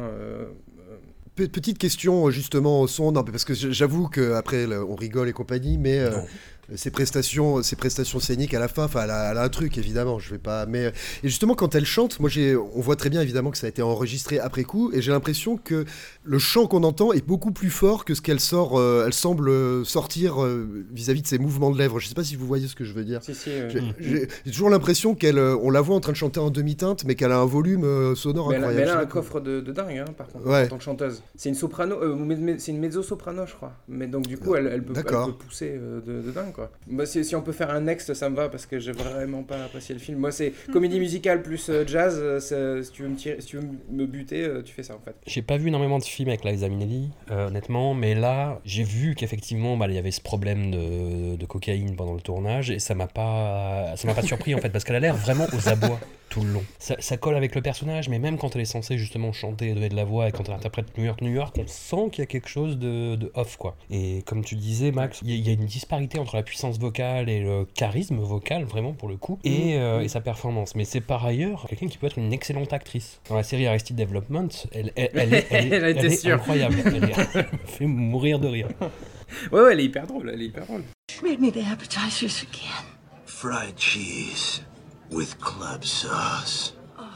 Petite question, justement, au son, non, parce que j'avoue qu'après, on rigole et compagnie, mais... Ses prestations scéniques à la fin, elle a un truc évidemment, je vais pas. Mais et justement quand elle chante, moi on voit très bien évidemment que ça a été enregistré après coup, et j'ai l'impression que le chant qu'on entend est beaucoup plus fort que ce qu'elle sort. Elle semble sortir vis-à-vis de ses mouvements de lèvres. Je sais pas si vous voyez ce que je veux dire. Si, j'ai toujours l'impression on la voit en train de chanter en demi-teinte, mais qu'elle a un volume sonore incroyable. Mais elle a un coffre de dingue, hein, par contre, en tant que chanteuse. C'est une soprano, c'est une mezzo-soprano, je crois. Mais donc du coup, elle peut pousser de dingue. Moi, si on peut faire un next, ça me va parce que j'ai vraiment pas apprécié le film. Moi, c'est comédie musicale plus jazz. Si tu veux me buter, tu fais ça en fait. J'ai pas vu énormément de films avec Liza Minnelli, honnêtement, mais là, j'ai vu qu'effectivement, il y avait ce problème de cocaïne pendant le tournage et ça m'a pas surpris en fait parce qu'elle a l'air vraiment aux abois tout le long. Ça colle avec le personnage, mais même quand elle est censée justement chanter et donner de la voix et quand elle interprète New York, on sent qu'il y a quelque chose de off quoi. Et comme tu disais, Max, il y a une disparité entre la puissance vocale et le charisme vocal vraiment pour le coup et sa performance. Mais c'est par ailleurs quelqu'un qui peut être une excellente actrice. Dans la série Arrested Development, elle est incroyable. Elle me fait mourir de rire. Ouais, elle est hyper drôle. Read me the appetizers again. Fried cheese with club sauce.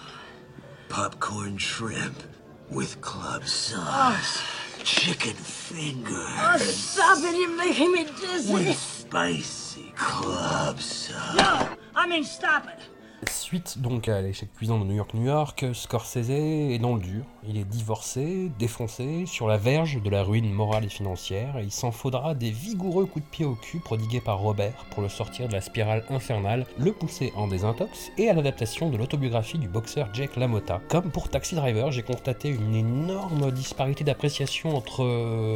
Popcorn shrimp with club sauce. Chicken fingers. Oh, stop it, you're making me dizzy. With spicy club sauce. No, I mean stop it. Suite donc à l'échec cuisant de New York, Scorsese est dans le dur. Il est divorcé, défoncé, sur la verge de la ruine morale et financière, et il s'en faudra des vigoureux coups de pied au cul prodigués par Robert pour le sortir de la spirale infernale, le pousser en désintox et à l'adaptation de l'autobiographie du boxeur Jake LaMotta. Comme pour Taxi Driver, j'ai constaté une énorme disparité d'appréciation entre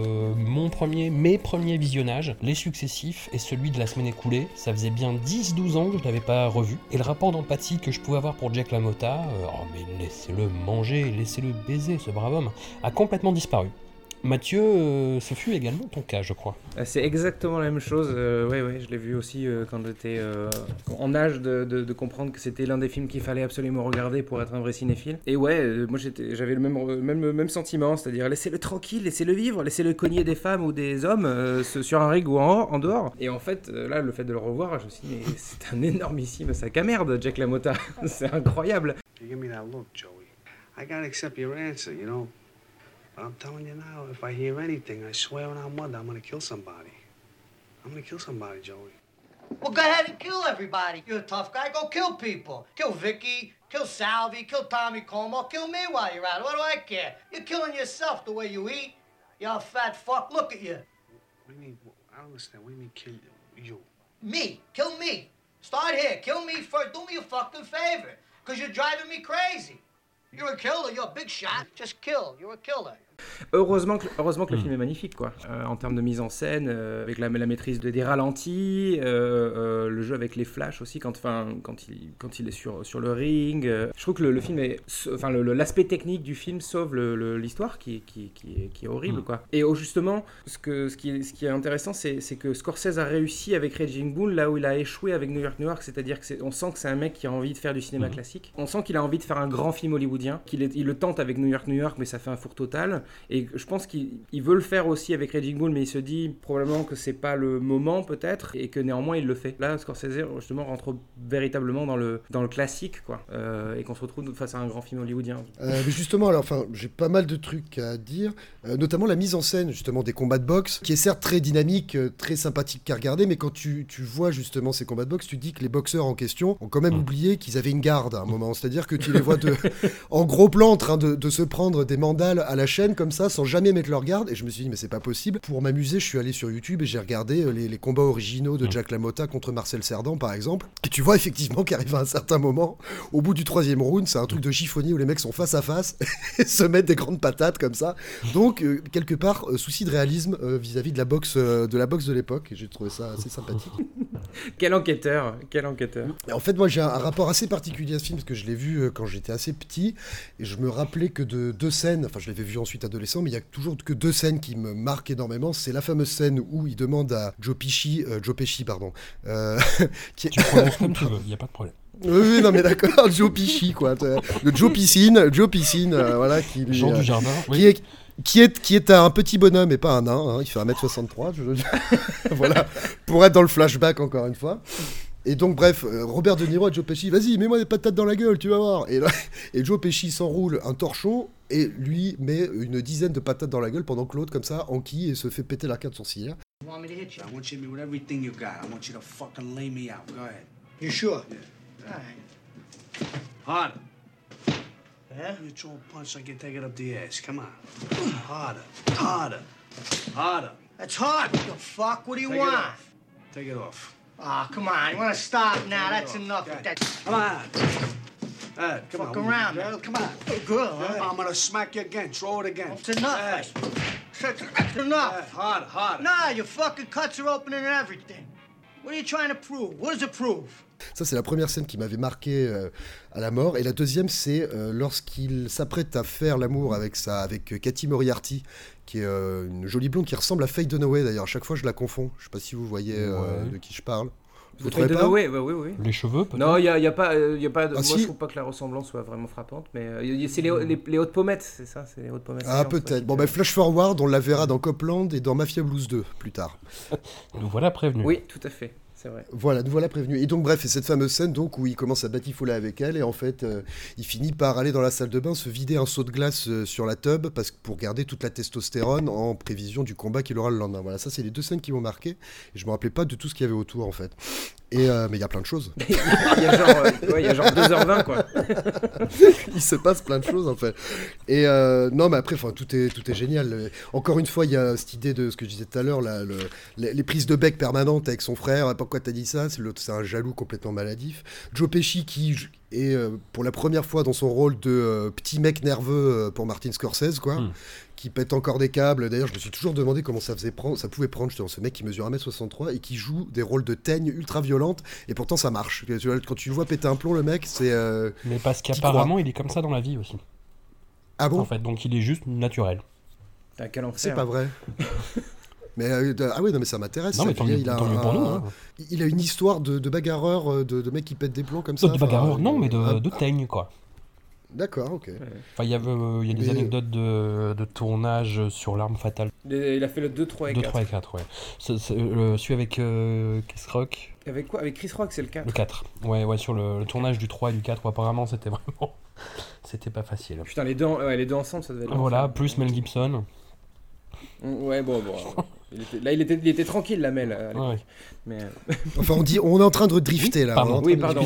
mes premiers visionnages, les successifs et celui de la semaine écoulée. Ça faisait bien 10-12 ans que je l'avais pas revu, et le rapport d'empathie que je pouvais avoir pour Jake LaMotta, mais laissez-le manger, laissez-le baiser, ce brave homme, a complètement disparu. Mathieu, ce fut également ton cas, je crois. C'est exactement la même chose. Ouais, je l'ai vu aussi quand j'étais en âge de comprendre que c'était l'un des films qu'il fallait absolument regarder pour être un vrai cinéphile. Et ouais, moi j'avais le même sentiment, c'est-à-dire laissez-le tranquille, laissez-le vivre, laissez-le cogner des femmes ou des hommes sur un rig ou en dehors. Et en fait, là, le fait de le revoir, je me suis dit, mais c'est un énormissime sac à merde, Jake LaMotta. C'est incroyable. You give me that look, Joey. I gotta accept your answer, you know. But I'm telling you now, if I hear anything, I swear on our mother, I'm gonna kill somebody. I'm gonna kill somebody, Joey. Well, go ahead and kill everybody. You're a tough guy. Go kill people. Kill Vicky, kill Salvi, kill Tommy Como, kill me while you're at it. What do I care? You're killing yourself the way you eat. You're a fat fuck. Look at you. What do you mean? I don't understand. What do you mean kill you? Me. Kill me. Start here. Kill me first. Do me a fucking favor. Because you're driving me crazy. You're a killer. You're a big shot. Just kill. You're a killer. Heureusement que le film est magnifique, quoi. En termes de mise en scène, avec la maîtrise des ralentis, le jeu avec les flashs aussi quand il est sur le ring. Je trouve que le film est, l'aspect technique du film sauve l'histoire qui est horrible, quoi. Et justement, ce qui est intéressant, c'est que Scorsese a réussi avec Raging Bull là où il a échoué avec New York, c'est-à-dire que on sent que c'est un mec qui a envie de faire du cinéma classique. On sent qu'il a envie de faire un grand film hollywoodien, il le tente avec New York, mais ça fait un four total. Et je pense qu'il veut le faire aussi avec Raging Bull, mais il se dit probablement que c'est pas le moment peut-être, et que néanmoins il le fait. Là, Scorsese justement rentre véritablement dans le classique, quoi, et qu'on se retrouve face à un grand film hollywoodien. Mais justement, alors, j'ai pas mal de trucs à dire, notamment la mise en scène justement des combats de boxe, qui est certes très dynamique, très sympathique à regarder, mais quand tu vois justement ces combats de boxe, tu te dis que les boxeurs en question ont quand même oublié qu'ils avaient une garde à un moment, c'est-à-dire que tu les vois en gros plan en train de se prendre des mandales à la chaîne comme ça, sans jamais mettre leur garde, et je me suis dit mais c'est pas possible. Pour m'amuser, je suis allé sur YouTube et j'ai regardé les combats originaux de Jake LaMotta contre Marcel Cerdan par exemple, et tu vois effectivement qu'arrive à un certain moment, au bout du 3e round, c'est un truc de chiffonnier où les mecs sont face à face et se mettent des grandes patates comme ça, donc quelque part souci de réalisme vis-à-vis de la boxe de l'époque, et j'ai trouvé ça assez sympathique. Quel enquêteur. Et en fait, moi, j'ai un rapport assez particulier à ce film, parce que je l'ai vu quand j'étais assez petit, et je me rappelais que de deux scènes, enfin, je l'avais vu ensuite adolescent, mais il y a toujours que deux scènes qui me marquent énormément. C'est la fameuse scène où il demande à Joe Pesci, Tu prononces comme tu veux, il n'y a pas de problème. Oui, non mais d'accord, Joe Pesci, quoi. Le Joe Piscine, voilà, qui lui, Jean du Jardin, oui. Qui est un petit bonhomme et pas un nain, hein, il fait 1m63, voilà, pour être dans le flashback encore une fois. Et donc bref, Robert De Niro et Joe Pesci, vas-y, mets-moi des patates dans la gueule, tu vas voir. Et Joe Pesci s'enroule un torchon et lui met une dizaine de patates dans la gueule pendant que l'autre, comme ça, enquille et se fait péter l'arcade sourcilière. You want me to hit you? I want you to hit me with everything you got. I want you to fucking lay me out. Go ahead. You sure? Yeah. All right. Harder. Yeah? You throw a punch like you take it up the ass. Come on. Harder. Harder. Harder. That's hard. The fuck? What do you Take it want? off. Take it off. Ah, come on. You want to stop now? That's Take it enough. off. With that. Come on. Come Fuck on. around, girl. man. Come on. Hey, girl, huh? I'm gonna smack you again. Throw it again. That's enough. That's enough. Harder, harder. Nah, your fucking cuts are opening and everything. What are you trying to prove? What does it prove? Ça, c'est la première scène qui m'avait marqué à la mort. Et la deuxième, c'est lorsqu'il s'apprête à faire l'amour avec Cathy Moriarty, qui est une jolie blonde qui ressemble à Faye Dunaway, d'ailleurs. À chaque fois, je la confonds. Je sais pas si vous voyez de qui je parle. Vous trouvez pas ? Oui, oui. Les cheveux, peut-être ? Non, il y a pas de... moi, si. je trouve pas que la ressemblance soit vraiment frappante, mais c'est les hautes pommettes, c'est ça, c'est les hautes pommettes. Ah, peut-être. Bon, flash forward, on la verra dans Copland et dans Mafia Blues 2, plus tard. Nous voilà prévenus. Oui, tout à fait. C'est vrai. Voilà, nous voilà prévenus. Et donc, bref, c'est cette fameuse scène donc, où il commence à batifoler avec elle, et en fait, il finit par aller dans la salle de bain, se vider un seau de glace sur la tub, pour garder toute la testostérone en prévision du combat qu'il aura le lendemain. Voilà, ça, c'est les deux scènes qui m'ont marqué, et je me rappelais pas de tout ce qu'il y avait autour, en fait. Et, mais il y a plein de choses. Il y a genre 2h20, quoi. Il se passe plein de choses, en fait. Et non, mais après, tout est génial. Encore une fois, il y a cette idée de ce que je disais tout à l'heure, les prises de bec permanentes avec son frère. Pourquoi t'as dit ça ? C'est un jaloux complètement maladif. Joe Pesci qui est pour la première fois dans son rôle de petit mec nerveux pour Martin Scorsese, quoi. Qui pète encore des câbles. D'ailleurs, je me suis toujours demandé comment ça pouvait prendre justement ce mec qui mesure 1m63 et qui joue des rôles de teigne ultra violentes, et pourtant ça marche. Quand tu le vois péter un plomb, le mec, c'est... Mais parce qu'apparemment, il est comme ça dans la vie aussi. Ah bon ? En fait, donc il est juste naturel. Quel enfer. C'est pas vrai. Mais ah oui, non, mais ça m'intéresse. Non, mais tant mieux pour nous. Hein. Il a une histoire de bagarreur, de mec qui pète des plombs comme ça. De bagarreur, non, mais de teigne, quoi. D'accord, ok. Enfin, il y a des anecdotes de tournage sur L'Arme Fatale. Il a fait le 2, 3 et 4. 2, 3 et 4, ouais. Celui avec Chris Rock. Avec quoi ? Avec Chris Rock, c'est le 4. Le 4. Ouais, sur le tournage du 3 et du 4, apparemment, c'était vraiment... C'était pas facile. Putain, les deux ensemble, ça devait être... Voilà, plus Mel Gibson. Ouais, bon. Il était tranquille, la Mel, à l'époque. Ouais. Mais... Enfin, on est en train de drifter, là. Pardon. Oui, pardon.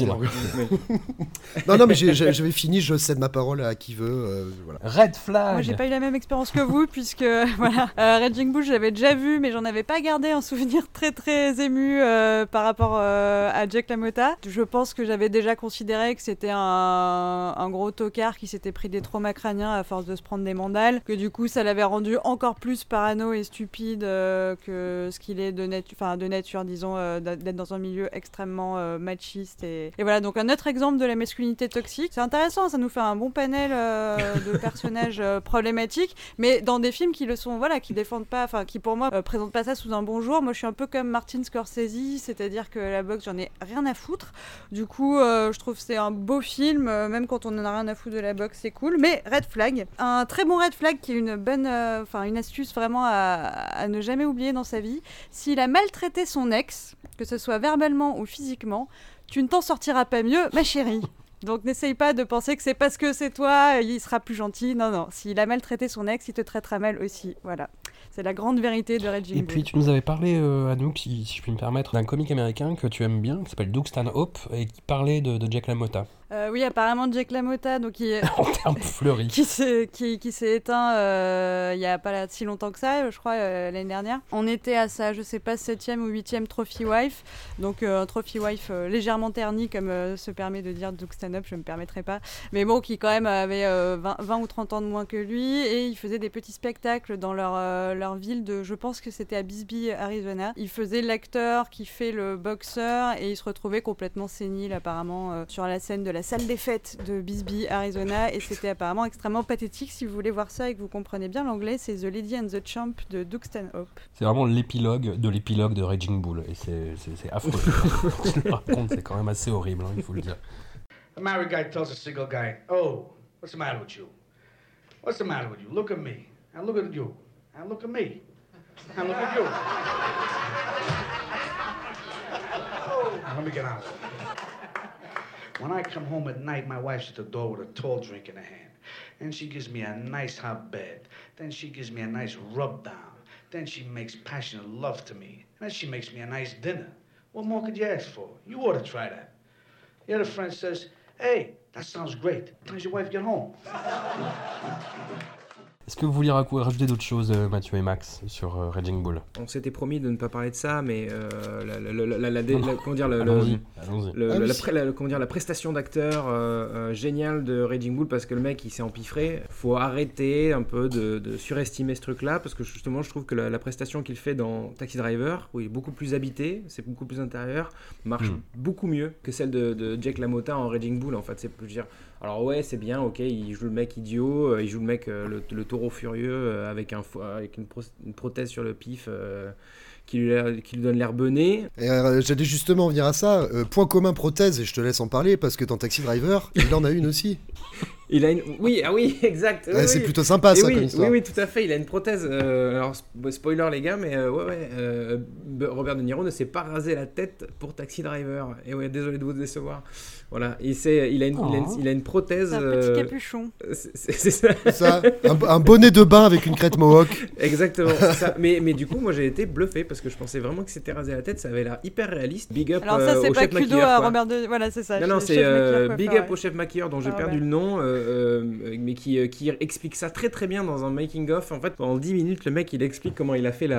Non, mais j'avais fini, je cède ma parole à qui veut. Voilà. Red Flag. Moi, j'ai pas eu la même expérience que vous, puisque voilà, Raging Bull, j'avais déjà vu, mais j'en avais pas gardé un souvenir très très ému par rapport à Jack LaMotta. Je pense que j'avais déjà considéré que c'était un gros tocard qui s'était pris des traumas crâniens à force de se prendre des mandales, que du coup, ça l'avait rendu encore plus parano et stupide que ce qu'il est de nature, disons, d'être dans un milieu extrêmement machiste. Et voilà, donc un autre exemple de la masculinité toxique. C'est intéressant, ça nous fait un bon panel de personnages problématiques, mais dans des films qui le sont, voilà, qui défendent pas, enfin, qui pour moi présentent pas ça sous un bon jour. Moi, je suis un peu comme Martin Scorsese, c'est-à-dire que la boxe, j'en ai rien à foutre. Du coup, je trouve que c'est un beau film, même quand on en a rien à foutre de la boxe, c'est cool. Mais Red Flag, un très bon Red Flag qui est une bonne, une astuce vraiment à ne jamais oublier dans sa vie. S'il a maltraité son ex, que ce soit verbalement ou physiquement, tu ne t'en sortiras pas mieux, ma chérie. Donc n'essaye pas de penser que c'est parce que c'est toi, il sera plus gentil. Non. S'il a maltraité son ex, il te traitera mal aussi. Voilà. C'est la grande vérité de Raging Bull. Et puis tu nous avais parlé, Anouk, si je puis me permettre, d'un comique américain que tu aimes bien, qui s'appelle Doug Stanhope, et qui parlait de Jack LaMotta. Oui, apparemment Jake LaMotta, donc en termes fleuris, qui s'est éteint il y a pas si longtemps que ça, je crois l'année dernière. On était à sa, je sais pas, 7e ou 8e Trophy Wife, donc un Trophy Wife légèrement terni comme se permet de dire Doug Stanhope, je me permettrai pas, mais bon, qui quand même avait 20 ou 30 ans de moins que lui, et il faisait des petits spectacles dans leur ville de, je pense que c'était à Bisbee, Arizona. Il faisait l'acteur qui fait le boxeur, et il se retrouvait complètement sénile apparemment sur la scène de la salle des fêtes de Bisbee, Arizona, et c'était apparemment extrêmement pathétique. Si vous voulez voir ça et que vous comprenez bien l'anglais, c'est The Lady and the Champ de Doug Stanhope. C'est vraiment l'épilogue de Raging Bull, et c'est affreux. Ce qu'il raconte, c'est quand même assez horrible, hein, il faut le dire. A married guy tells a single guy, "Oh, what's the matter with you? What's the matter with you? Look at me. And look at you. And look at me. And look at you." Let me get on. When I come home at night, my wife's at the door with a tall drink in her hand. And she gives me a nice hot bed. Then she gives me a nice rub down. Then she makes passionate love to me. And then she makes me a nice dinner. What more could you ask for? You ought to try that. The other friend says, "Hey, that sounds great. When does your wife get home?" Est-ce que vous vouliez rajouter d'autres choses, Mathieu et Max, sur Raging Bull ? On s'était promis de ne pas parler de ça, mais la prestation d'acteur géniale de Raging Bull, parce que le mec il s'est empiffré. Faut arrêter un peu de surestimer ce truc-là, parce que justement je trouve que la prestation qu'il fait dans Taxi Driver, où il est beaucoup plus habité, c'est beaucoup plus intérieur, marche beaucoup mieux que celle de Jake LaMotta en Raging Bull. En fait, c'est plus dire. Alors ouais, c'est bien, ok, il joue le mec idiot, il joue le mec le taureau furieux avec une prothèse sur le pif qui lui donne l'air bené. Et j'allais justement venir à ça. Point commun prothèse, et je te laisse en parler, parce que dans Taxi Driver, il en a une aussi. Il a une... Oui, exact. Ouais, c'est plutôt sympa ça comme histoire. Oui, tout à fait. Il a une prothèse. Alors, spoiler les gars, mais Robert De Niro ne s'est pas rasé la tête pour Taxi Driver. Et ouais, désolé de vous décevoir. Voilà, il a une prothèse. C'est un petit capuchon. C'est ça. Un bonnet de bain avec une crête mohawk. Exactement, c'est ça. Mais du coup, moi j'ai été bluffé parce que je pensais vraiment que c'était rasé la tête. Ça avait l'air hyper réaliste. Big up. Alors ça, c'est au pas chef kudo maquilleur, à quoi. Robert De. Voilà, c'est ça. Non, c'est big up au chef maquilleur dont j'ai perdu le nom, mais qui explique ça très très bien dans un making of. En fait, pendant 10 minutes, le mec il explique comment il a fait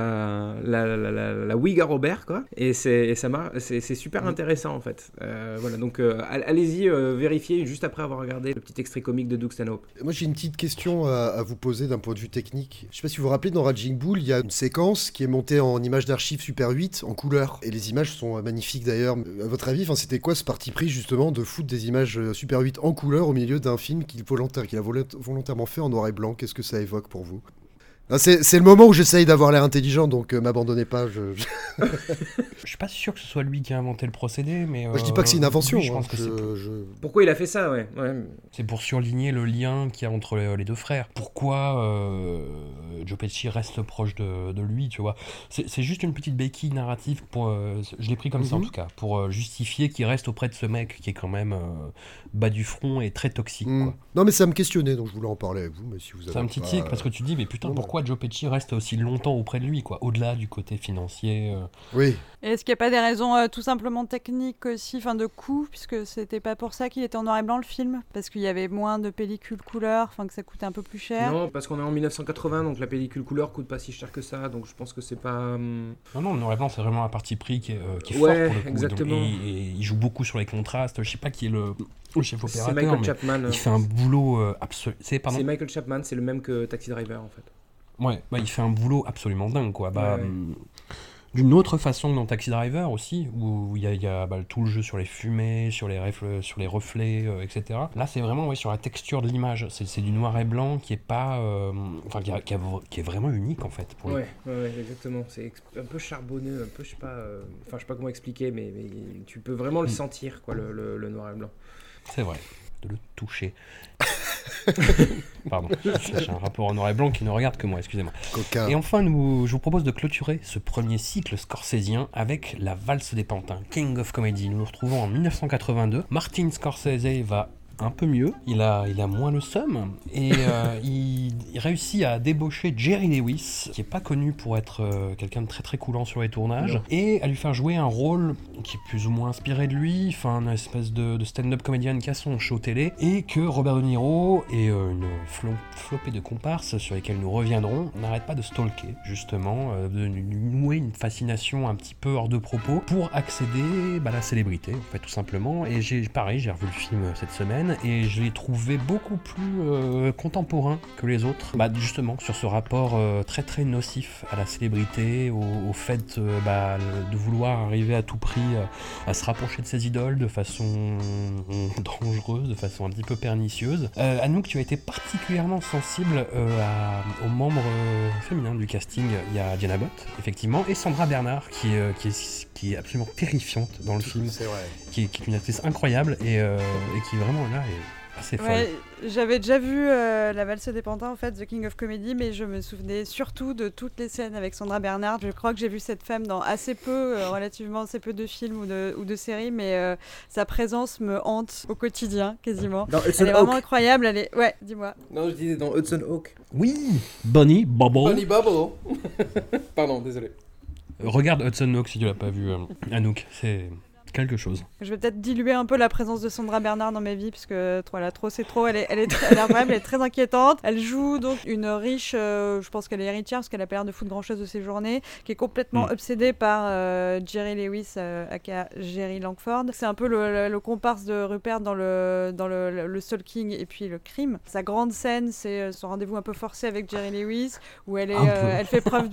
la wig à Robert, quoi. Et c'est super intéressant en fait. Voilà, donc allez-y vérifier juste après avoir regardé le petit extrait comique de Doug Stanhope. Moi j'ai une petite question à vous poser d'un point de vue technique. Je sais pas si vous vous rappelez, dans Raging Bull, il y a une séquence qui est montée en images d'archives Super 8 en couleur. Et les images sont magnifiques d'ailleurs. À votre avis, c'était quoi ce parti pris justement de foutre des images Super 8 en couleur au milieu d'un film qu'il a volontairement fait en noir et blanc? Qu'est-ce que ça évoque pour vous? C'est le moment où j'essaye d'avoir l'air intelligent, donc m'abandonnez pas. Je suis pas sûr que ce soit lui qui a inventé le procédé, mais... je dis pas que c'est une invention. Oui, je pense que Pourquoi il a fait ça, ouais. C'est pour surligner le lien qu'il y a entre les deux frères. Pourquoi Joe Pesci reste proche de lui, tu vois. C'est juste une petite béquille narrative, je l'ai pris comme ça en tout cas, pour justifier qu'il reste auprès de ce mec qui est quand même bas du front et très toxique. Quoi. Non mais ça me questionnait, donc je voulais en parler avec vous. Mais si vous avez c'est un petit tic, parce que tu dis, mais putain, pourquoi Joe Pesci reste aussi longtemps auprès de lui, quoi, au-delà du côté financier. Oui. Et est-ce qu'il n'y a pas des raisons tout simplement techniques aussi, de coût, puisque c'était pas pour ça qu'il était en noir et blanc le film, parce qu'il y avait moins de pellicule couleur, que ça coûtait un peu plus cher. Non, parce qu'on est en 1980, donc la pellicule couleur coûte pas si cher que ça, donc je pense que c'est pas. Non, le noir et blanc c'est vraiment un parti pris qui est fort pour le coup. Exactement. Donc, et il joue beaucoup sur les contrastes. Je sais pas qui est le chef opérateur. C'est Michael Chapman. Il fait un boulot absolu. C'est Michael Chapman, c'est le même que Taxi Driver en fait. Ouais, il fait un boulot absolument dingue, quoi. D'une autre façon que dans Taxi Driver aussi, où il y a tout le jeu sur les fumées, sur les reflets, etc. Là, c'est vraiment sur la texture de l'image. C'est du noir et blanc qui est pas, qui est vraiment unique en fait. Ouais, exactement. C'est un peu charbonneux, un peu, je sais pas comment expliquer, mais tu peux vraiment le sentir, quoi, le noir et blanc. C'est vrai, de le toucher. Pardon, j'ai un rapport en noir et blanc qui ne regarde que moi, excusez-moi. Coca. Et enfin, je vous propose de clôturer ce premier cycle scorsésien avec La Valse des Pantins, King of Comedy. Nous nous retrouvons en 1982. Martin Scorsese va un peu mieux, il a moins le seum, et il réussit à débaucher Jerry Lewis, qui est pas connu pour être quelqu'un de très très coulant sur les tournages, et à lui faire jouer un rôle qui est plus ou moins inspiré de lui, enfin une espèce de stand-up comédien qui a son show télé, et que Robert De Niro et une flopée de comparses sur lesquels nous reviendrons n'arrêtent pas de stalker, justement, de nouer une fascination un petit peu hors de propos pour accéder à la célébrité, en fait, tout simplement. Et j'ai revu le film cette semaine et je l'ai trouvé beaucoup plus contemporain que les autres, justement sur ce rapport très très nocif à la célébrité, au fait de vouloir arriver à tout prix à se rapprocher de ses idoles de façon dangereuse, de façon un petit peu pernicieuse. Anouk, tu as été particulièrement sensible aux membres féminins du casting. Il y a Diana Bott, effectivement, et Sandra Bernard qui est absolument terrifiante dans le film. C'est vrai. Qui est une actrice incroyable et qui vraiment là est assez folle. Ouais, j'avais déjà vu La Valse des Pantins, en fait, The King of Comedy, mais je me souvenais surtout de toutes les scènes avec Sandra Bernard. Je crois que j'ai vu cette femme dans relativement assez peu de films ou de séries, mais sa présence me hante au quotidien, quasiment. Elle est vraiment incroyable. Ouais, dis-moi. Non, je disais dans Hudson Hawk. Oui, Bonnie Bubble. Bonnie Bubble. Pardon, désolé. Regarde Hudson Hawk si tu l'as pas vu, Anouk, c'est quelque chose. Je vais peut-être diluer un peu la présence de Sandra Bernard dans ma vie, puisque trop c'est trop. Elle est incroyable, elle est très inquiétante. Elle joue donc une riche, je pense qu'elle est héritière, parce qu'elle a pas l'air de foutre grand-chose de ses journées, qui est complètement obsédée par Jerry Lewis, aka Jerry Langford. C'est un peu le comparse de Rupert dans le stalking et puis le crime. Sa grande scène, c'est son rendez-vous un peu forcé avec Jerry Lewis, où elle fait preuve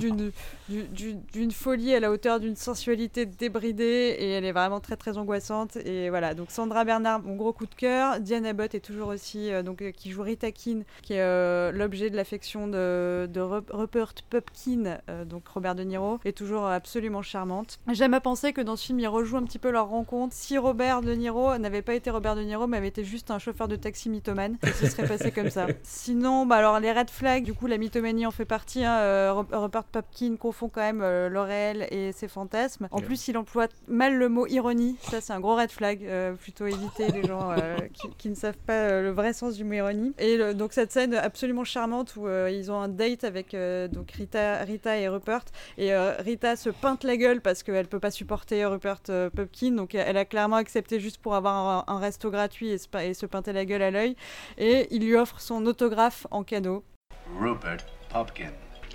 d'une folie à la hauteur d'une sensualité débridée, et elle est vraiment très très angoissante. Et voilà, donc Sandra Bernard, mon gros coup de cœur. Diana Bott est toujours aussi qui joue Rita Keane, qui est l'objet de l'affection de Rupert Pupkin, donc Robert De Niro, est toujours absolument charmante. J'aime à penser que dans ce film ils rejouent un petit peu leur rencontre. Si Robert De Niro n'avait pas été Robert De Niro, mais avait été juste un chauffeur de taxi mythomane, ça se serait passé comme ça. Sinon, alors les red flags, du coup la mythomanie en fait partie, Rupert Pupkin confond quand même le réel et ses fantasmes. En plus il emploie mal le mot ironie. Ça c'est un gros red flag, plutôt éviter les gens qui ne savent pas le vrai sens du mot ironie. Et donc cette scène absolument charmante où ils ont un date avec donc Rita et Rupert, et Rita se peinte la gueule parce qu'elle peut pas supporter Rupert Pupkin, donc elle a clairement accepté juste pour avoir un resto gratuit et se peinter la gueule à l'œil, et il lui offre son autographe en cadeau. Rupert Pupkin.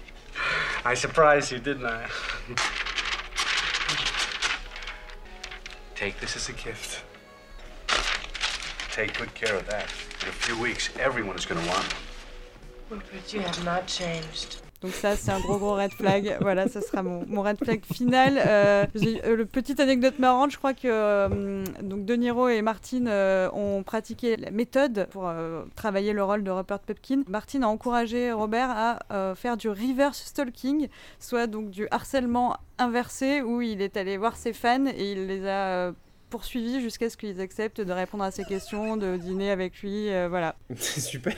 I surprised you, didn't I? Take this as a gift. Take good care of that. In a few weeks, everyone is going to want me. Rupert, you have not changed. Donc ça, c'est un gros red flag. Voilà, ça sera mon red flag final. Le petite anecdote marrante, je crois que donc De Niro et Martin ont pratiqué la méthode pour travailler le rôle de Rupert Pupkin. Martin a encouragé Robert à faire du reverse stalking, soit donc du harcèlement inversé, où il est allé voir ses fans et il les a poursuivis jusqu'à ce qu'ils acceptent de répondre à ses questions, de dîner avec lui. Voilà. C'est super.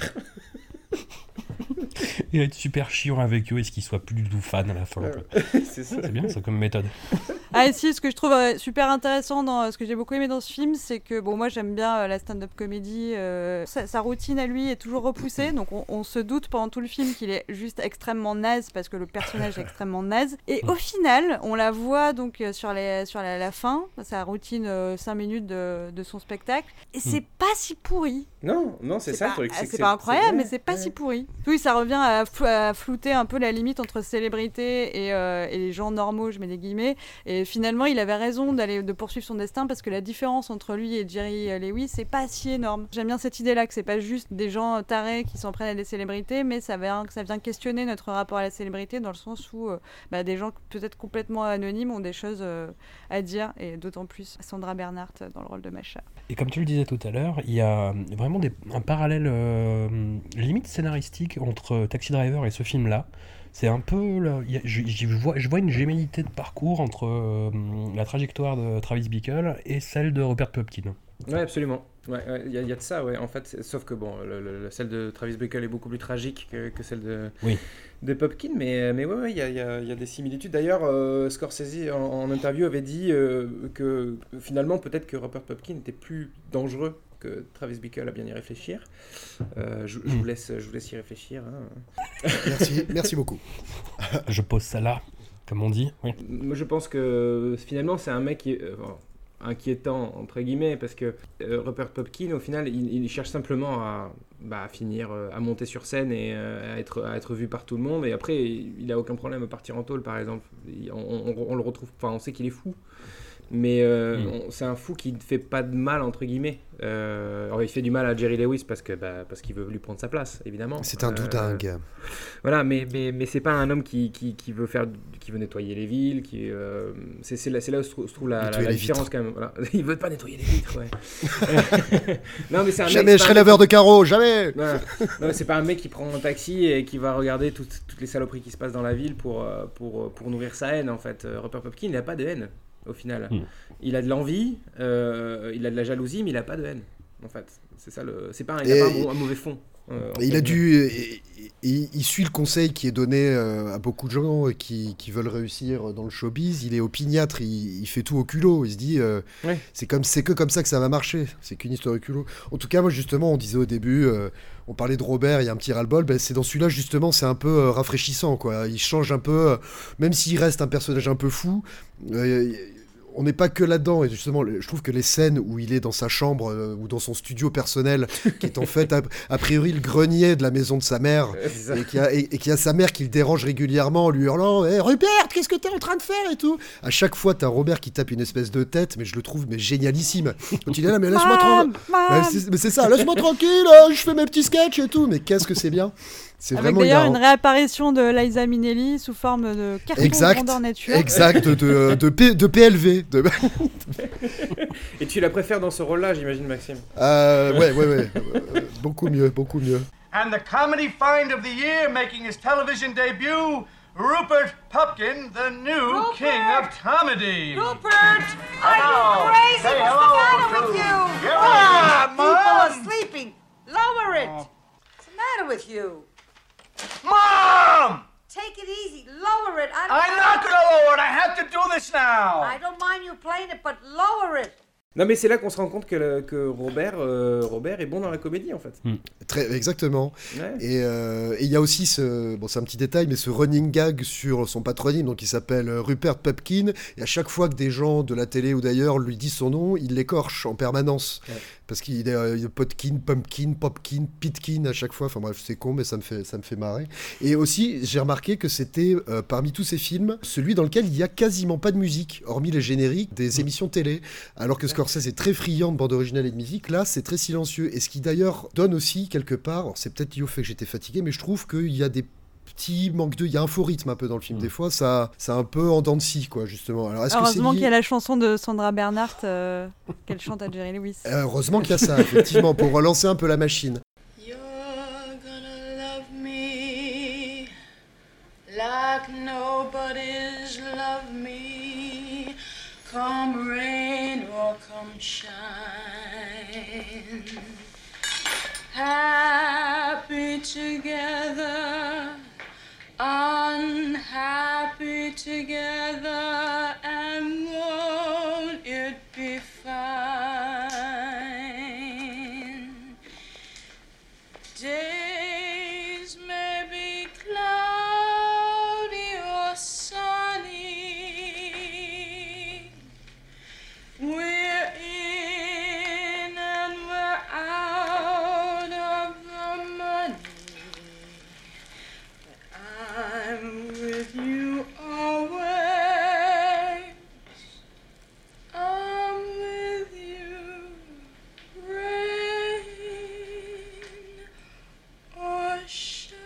Il a été super chiant avec eux, est-ce qu'il soit plus du tout fan à la fin. C'est ça. C'est bien ça comme méthode. Ah et si, ce que je trouve super intéressant dans ce que j'ai beaucoup aimé dans ce film, c'est que moi j'aime bien la stand-up comédie, sa routine à lui est toujours repoussée, donc on se doute pendant tout le film qu'il est juste extrêmement naze parce que le personnage est extrêmement naze, et au final on la voit donc sur la fin, sa routine 5 minutes de son spectacle, et c'est pas si pourri. Non, c'est ça le truc. C'est pas incroyable, mais c'est pas si pourri. Oui, ça revient à flouter un peu la limite entre célébrité et les gens normaux, je mets des guillemets. Et finalement, il avait raison de poursuivre son destin, parce que la différence entre lui et Jerry Lewis, c'est pas si énorme. J'aime bien cette idée-là, que c'est pas juste des gens tarés qui s'en prennent à des célébrités, mais ça vient questionner notre rapport à la célébrité, dans le sens où des gens peut-être complètement anonymes ont des choses à dire, et d'autant plus Sandra Bernard dans le rôle de Masha. Et comme tu le disais tout à l'heure, il y a vraiment un parallèle limite scénaristique entre Taxi Driver et ce film-là. C'est un peu... Je vois une gémellité de parcours entre la trajectoire de Travis Bickle et celle de Rupert Pupkin. Ouais, absolument. Ouais, il y a de ça, ouais. En fait, sauf que bon, celle de Travis Bickle est beaucoup plus tragique que celle de Popkin, mais ouais, il y a des similitudes. D'ailleurs, Scorsese en interview avait dit que finalement peut-être que Rupert Pupkin était plus dangereux que Travis Bickle, à bien y réfléchir. Je vous laisse y réfléchir. Hein. Merci beaucoup. Je pose ça là, comme on dit. Oui. Moi, je pense que finalement, c'est un mec qui est inquiétant, entre guillemets, parce que Rupert Pupkin, au final, il cherche simplement à finir, à monter sur scène et à être vu par tout le monde. Et après, il n'a aucun problème à partir en tôle, par exemple. On le retrouve, enfin, on sait qu'il est fou. Mais c'est un fou qui ne fait pas de mal, entre guillemets. Alors il fait du mal à Jerry Lewis parce qu'il veut lui prendre sa place, évidemment. C'est un doudingue. Voilà, mais c'est pas un homme qui veut nettoyer les villes. C'est là où se trouve la différence quand même. Voilà. Il veut pas nettoyer les vitres, ouais. Non, mais c'est un jamais, je serai laveur de carreaux, jamais. Voilà. Non, c'est pas un mec qui prend un taxi et qui va regarder toutes les saloperies qui se passent dans la ville pour nourrir sa haine, en fait. Rupert Pupkin, il n'a pas de haine. Au final, il a de l'envie, il a de la jalousie, mais il a pas de haine. En fait, c'est ça il n'a pas un mauvais fond. Il suit le conseil qui est donné à beaucoup de gens qui veulent réussir dans le showbiz. Il est opiniâtre, il fait tout au culot. Il se dit c'est que comme ça que ça va marcher. C'est qu'une histoire au culot. En tout cas, moi justement, on disait au début, on parlait de Robert, il y a un petit ras-le-bol. C'est dans celui-là justement, c'est un peu rafraîchissant, quoi. Il change un peu, même s'il reste un personnage un peu fou. On n'est pas que là-dedans, et justement, je trouve que les scènes où il est dans sa chambre ou dans son studio personnel, qui est en fait a priori le grenier de la maison de sa mère, et qui a sa mère qui le dérange régulièrement en lui hurlant hey, « Rupert, qu'est-ce que t'es en train de faire ?» et tout. À chaque fois, t'as Robert qui tape une espèce de tête, mais je le trouve génialissime. Quand il est là, mais laisse-moi tranquille. Mais c'est ça, laisse-moi tranquille, je fais mes petits sketchs et tout. Mais qu'est-ce que c'est bien. C'est avec vraiment d'ailleurs une réapparition de Liza Minnelli sous forme de carton grandeur nature. Exact, de PLV. Et tu la préfères dans ce rôle-là, j'imagine, Maxime. Ouais. Beaucoup mieux. And the comedy find of the year, making his television debut, Rupert Pupkin, the new king of comedy. Rupert! Are you crazy? Say What's the matter with you? People are sleeping. Lower it. What's the matter with you? Mom! Take it easy. Lower it. I'm not gonna lower it. I have to do this now. I don't mind you playing it, but lower it. Non, mais c'est là qu'on se rend compte que Robert est bon dans la comédie, en fait. Exactement. Ouais. Et il y a aussi c'est un petit détail, mais ce running gag sur son patronyme, donc il s'appelle Rupert Pupkin, et à chaque fois que des gens de la télé ou d'ailleurs lui disent son nom, il l'écorche en permanence. Ouais. Parce qu'il est Potkin, Pumpkin, Popkin, Pitkin à chaque fois. Enfin bref, c'est con, mais ça me fait marrer. Et aussi, j'ai remarqué que c'était, parmi tous ces films, celui dans lequel il n'y a quasiment pas de musique, hormis les génériques des émissions télé. Alors que Scorsese est très friand de bande originale et de musique, là, c'est très silencieux. Et ce qui d'ailleurs donne aussi, quelque part, alors c'est peut-être lié au fait que j'étais fatigué, mais je trouve qu'il y a des petit manque il y a un faux rythme un peu dans le film. Des fois, ça un peu en dents de scie, quoi, justement. Alors, heureusement qu'il y a la chanson de Sandra Bernhardt qu'elle chante à Jerry Lewis. Heureusement qu'il y a ça, effectivement, pour relancer un peu la machine. You're gonna love me like nobody's loved me, come rain or come shine. Happy together, unhappy together, and won't it be fine? Days may be cloudy or sunny. We're in and we're out of the money. I'm with you always. I'm with you, rain or shine.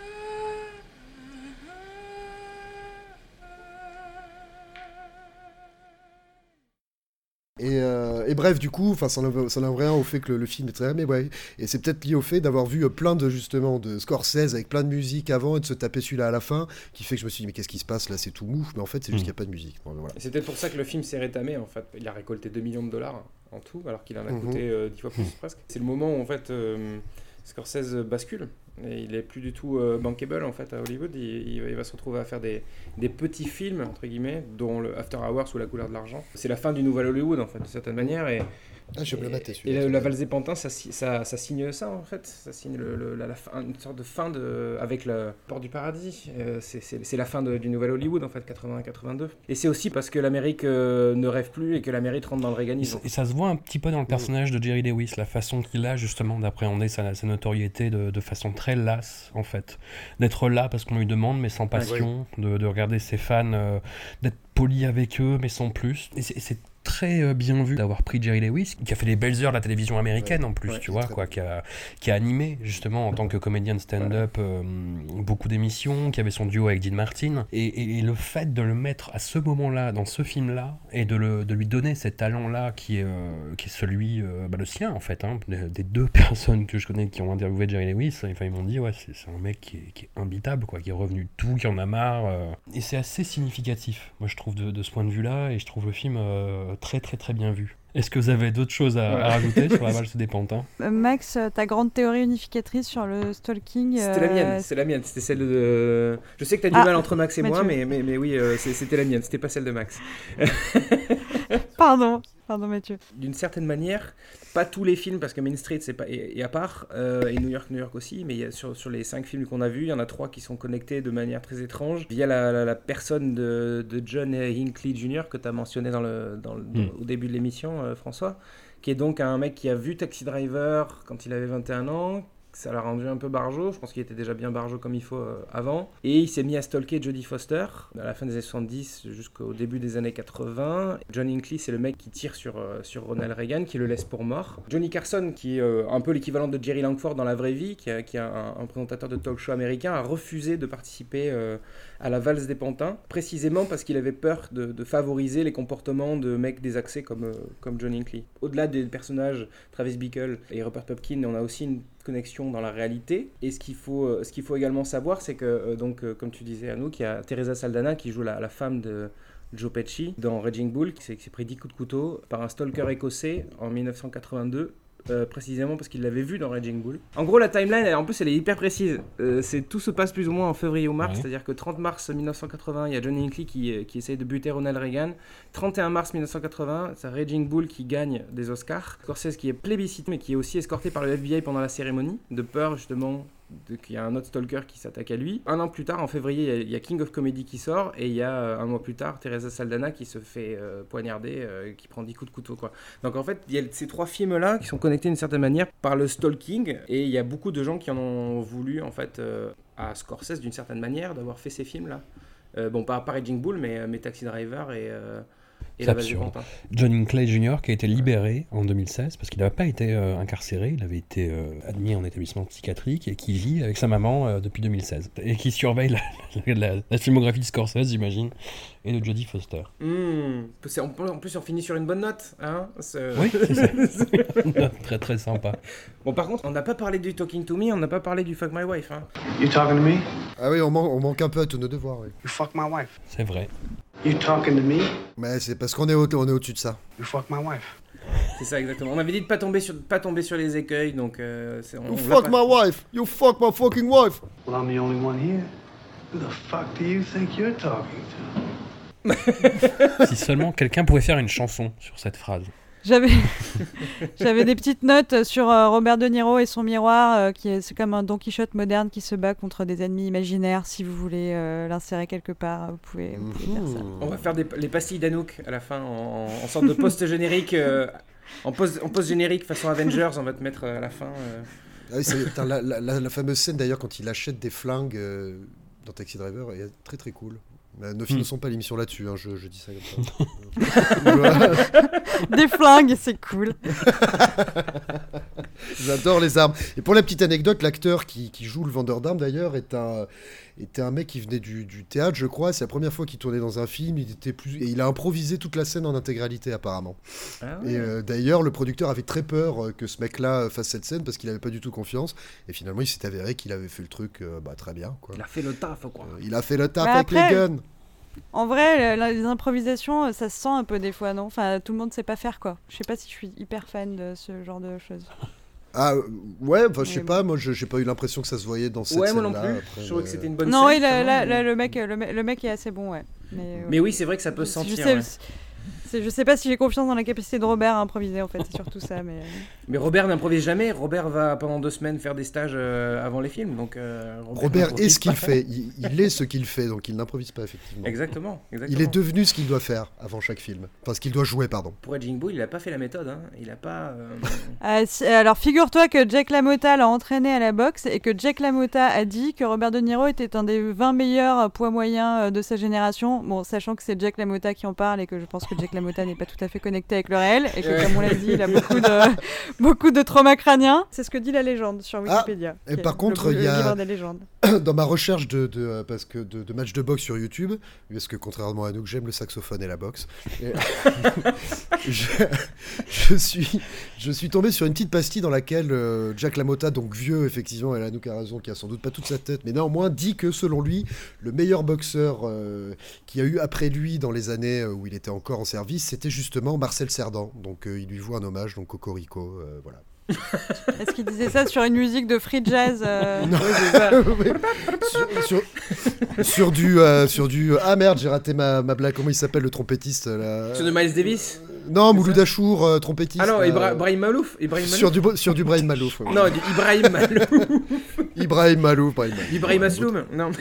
Et bref, du coup, ça n'enlève rien au fait que le film est très bien, mais ouais. Et c'est peut-être lié au fait d'avoir vu plein de Scorsese avec plein de musique avant et de se taper celui-là à la fin, qui fait que je me suis dit, mais qu'est-ce qui se passe là, c'est tout mou, mais en fait, c'est juste qu'il n'y a pas de musique. Donc, voilà. Et c'est peut-être pour ça que le film s'est rétamé, en fait. Il a récolté $2 millions en tout, alors qu'il en a coûté 10 fois plus presque. C'est le moment où en fait Scorsese bascule. Et il est plus du tout bankable en fait à Hollywood. Il va se retrouver à faire des petits films entre guillemets, dont le After Hours ou La couleur de l'argent. C'est la fin du nouvel Hollywood en fait, d'une certaine manière. Et je me le matais, et La Valse des Pantins, ça signe ça en fait. Ça signe la fin, une sorte de fin avec le Port du Paradis. C'est la fin du nouvel Hollywood en fait, 81-82. Et c'est aussi parce que l'Amérique ne rêve plus et que l'Amérique rentre dans le réganisme. Et ça se voit un petit peu dans le personnage de Jerry Lewis, la façon qu'il a justement d'appréhender sa notoriété de façon très lasse en fait. D'être là parce qu'on lui demande mais sans passion, de regarder ses fans, d'être poli avec eux mais sans plus. Et c'est très bien vu d'avoir pris Jerry Lewis, qui a fait les belles heures de la télévision américaine en plus, tu vois, quoi, qui a animé justement en tant que comédien de stand-up beaucoup d'émissions, qui avait son duo avec Dean Martin, et le fait de le mettre à ce moment-là, dans ce film-là, et de lui donner cet talent-là qui est celui, le sien en fait, des deux personnes que je connais qui ont interviewé Jerry Lewis, ils m'ont dit c'est un mec qui est imbitable, quoi, qui est revenu de tout, qui en a marre, et c'est assez significatif, moi je trouve de ce point de vue-là, et je trouve le film très très très bien vu. Est-ce que vous avez d'autres choses à rajouter sur La Valse des Pantins ? Max, ta grande théorie unificatrice sur le stalking C'était la mienne, c'était celle de... Je sais que t'as du mal entre Max et moi, mais oui, c'était la mienne, c'était pas celle de Max. Pardon Mathieu. D'une certaine manière, pas tous les films, parce que Main Street est à part, et New York aussi, mais sur les 5 films qu'on a vus, il y en a 3 qui sont connectés de manière très étrange, via la personne de John Hinckley Jr. que tu as mentionné au début de l'émission, François, qui est donc un mec qui a vu Taxi Driver quand il avait 21 ans, ça l'a rendu un peu barjot, je pense qu'il était déjà bien barjot comme il faut avant, et il s'est mis à stalker Jodie Foster à la fin des années 70 jusqu'au début des années 80. John Hinckley, c'est le mec qui tire sur Ronald Reagan, qui le laisse pour mort. Johnny Carson, qui est un peu l'équivalent de Jerry Langford dans la vraie vie, qui est un présentateur de talk show américain, a refusé de participer à La Valse des Pantins, précisément parce qu'il avait peur de favoriser les comportements de mecs désaxés comme John Hinckley. Au-delà des personnages Travis Bickle et Rupert Pupkin, on a aussi une connexion dans la réalité. Et ce qu'il faut également savoir, c'est que, comme tu disais Anouk, il y a Teresa Saldana qui joue la femme de Joe Pesci dans Raging Bull, qui s'est pris 10 coups de couteau par un stalker écossais en 1982. Précisément parce qu'il l'avait vu dans Raging Bull. En gros, la timeline, elle est hyper précise. Tout se passe plus ou moins en février ou mars, c'est-à-dire que 30 mars 1980, il y a Johnny Hinckley qui essaye de buter Ronald Reagan. 31 mars 1980, c'est Raging Bull qui gagne des Oscars. Scorsese qui est plébiscité, mais qui est aussi escorté par le FBI pendant la cérémonie, de peur justement qu'il y a un autre stalker qui s'attaque à lui. Un an plus tard, en février, il y a King of Comedy qui sort, et il y a un mois plus tard, Teresa Saldana qui se fait poignarder, qui prend 10 coups de couteau, quoi. Donc en fait, il y a ces 3 films-là qui sont connectés d'une certaine manière par le stalking, et il y a beaucoup de gens qui en ont voulu, en fait, à Scorsese d'une certaine manière, d'avoir fait ces films-là. Pas Raging Bull, mais Taxi Driver et La Valse des Pantins. John Hinckley Jr. qui a été libéré en 2016 parce qu'il n'avait pas été incarcéré, il avait été admis en établissement psychiatrique et qui vit avec sa maman depuis 2016 et qui surveille la filmographie de Scorsese, j'imagine, et de Jodie Foster. En plus, on finit sur une bonne note, hein. Oui, c'est ça. Une note très très sympa. Bon, par contre, on n'a pas parlé du Talking to Me, on n'a pas parlé du Fuck My Wife, hein. You talking to me? Ah oui, on manque un peu à tous nos devoirs, oui. You fuck my wife. C'est vrai. You talking to me? Mais c'est parce qu'on est au-dessus de ça. You fuck my wife. C'est ça, exactement. On avait dit de pas tomber sur les écueils, donc You fuck my wife! You fuck my fucking wife! Well, I'm the only one here. Who the fuck do you think you're talking to? Si seulement quelqu'un pouvait faire une chanson sur cette phrase. J'avais des petites notes sur Robert De Niro et son miroir, c'est comme un Don Quichotte moderne qui se bat contre des ennemis imaginaires. Si vous voulez l'insérer quelque part, vous pouvez faire ça. On va faire les pastilles d'Anouk à la fin en sorte de post-générique, en post-générique façon Avengers. On va te mettre à la fin. Ah oui, la fameuse scène d'ailleurs quand il achète des flingues dans Taxi Driver est très très cool. Ne finissons pas l'émission là-dessus, hein, je dis ça comme ça. Des flingues, c'est cool. J'adore les armes. Et pour la petite anecdote, l'acteur qui joue le vendeur d'armes d'ailleurs était un mec qui venait du théâtre, je crois. C'est la première fois qu'il tournait dans un film. Et il a improvisé toute la scène en intégralité apparemment. Ah ouais. Et d'ailleurs, le producteur avait très peur que ce mec-là fasse cette scène parce qu'il n'avait pas du tout confiance. Et finalement, il s'est avéré qu'il avait fait le truc très bien, quoi. Il a fait le taf, quoi. Il a fait le taf avec les guns. En vrai, les improvisations, ça se sent un peu des fois, non? Enfin, tout le monde sait pas faire, quoi. Je sais pas si je suis hyper fan de ce genre de choses. Ah ouais, enfin je sais pas, moi j'ai pas eu l'impression que ça se voyait dans cette scène-là. Ouais, moi non plus. Après, je trouvais que c'était une bonne non, scène. Là, le mec est assez bon, ouais. Mais oui, c'est vrai que ça peut se sentir. Je sais pas si j'ai confiance dans la capacité de Robert à improviser, en fait, c'est surtout ça. Mais Robert n'improvise jamais. Robert va pendant 2 semaines faire des stages avant les films. Donc, Robert est ce qu'il fait. Il est ce qu'il fait, donc il n'improvise pas, effectivement. Exactement. Il est devenu ce qu'il doit faire avant chaque film. Enfin, ce qu'il doit jouer, pardon. Pour Raging Bull, il a pas fait la méthode. Hein. Il a pas. Alors, figure-toi que Jack LaMotta l'a entraîné à la boxe et que Jack LaMotta a dit que Robert De Niro était un des 20 meilleurs poids moyens de sa génération. Bon, sachant que c'est Jack LaMotta qui en parle et que je pense que Jack LaMotta n'est pas tout à fait connecté avec le réel et que, comme on l'a dit, il a beaucoup de traumas crâniens. C'est ce que dit la légende sur Wikipédia. Et par contre, il y a livre des légendes. Dans ma recherche de matchs de boxe sur YouTube, parce que contrairement à nous, j'aime le saxophone et la boxe. Et je suis tombé sur une petite pastille dans laquelle Jack LaMotta, donc vieux effectivement, et Anouk a raison, qui a sans doute pas toute sa tête, mais néanmoins dit que selon lui, le meilleur boxeur qu'il y a eu après lui dans les années où il était encore en service, c'était justement Marcel Cerdan. Donc il lui voue un hommage, donc Cocorico, voilà. Est-ce qu'il disait ça sur une musique de free jazz Non, sur du ah merde, j'ai raté ma blague. Comment il s'appelle le trompettiste là? Sur de Miles Davis? Non, Mouloud Achour, trompettiste. Ah non, Ibrahim Malouf. Sur du Brahim Malouf. Ouais. Non, du Ibrahim Malouf. Ibrahim Malouf. Ibrahim Asloum. Non.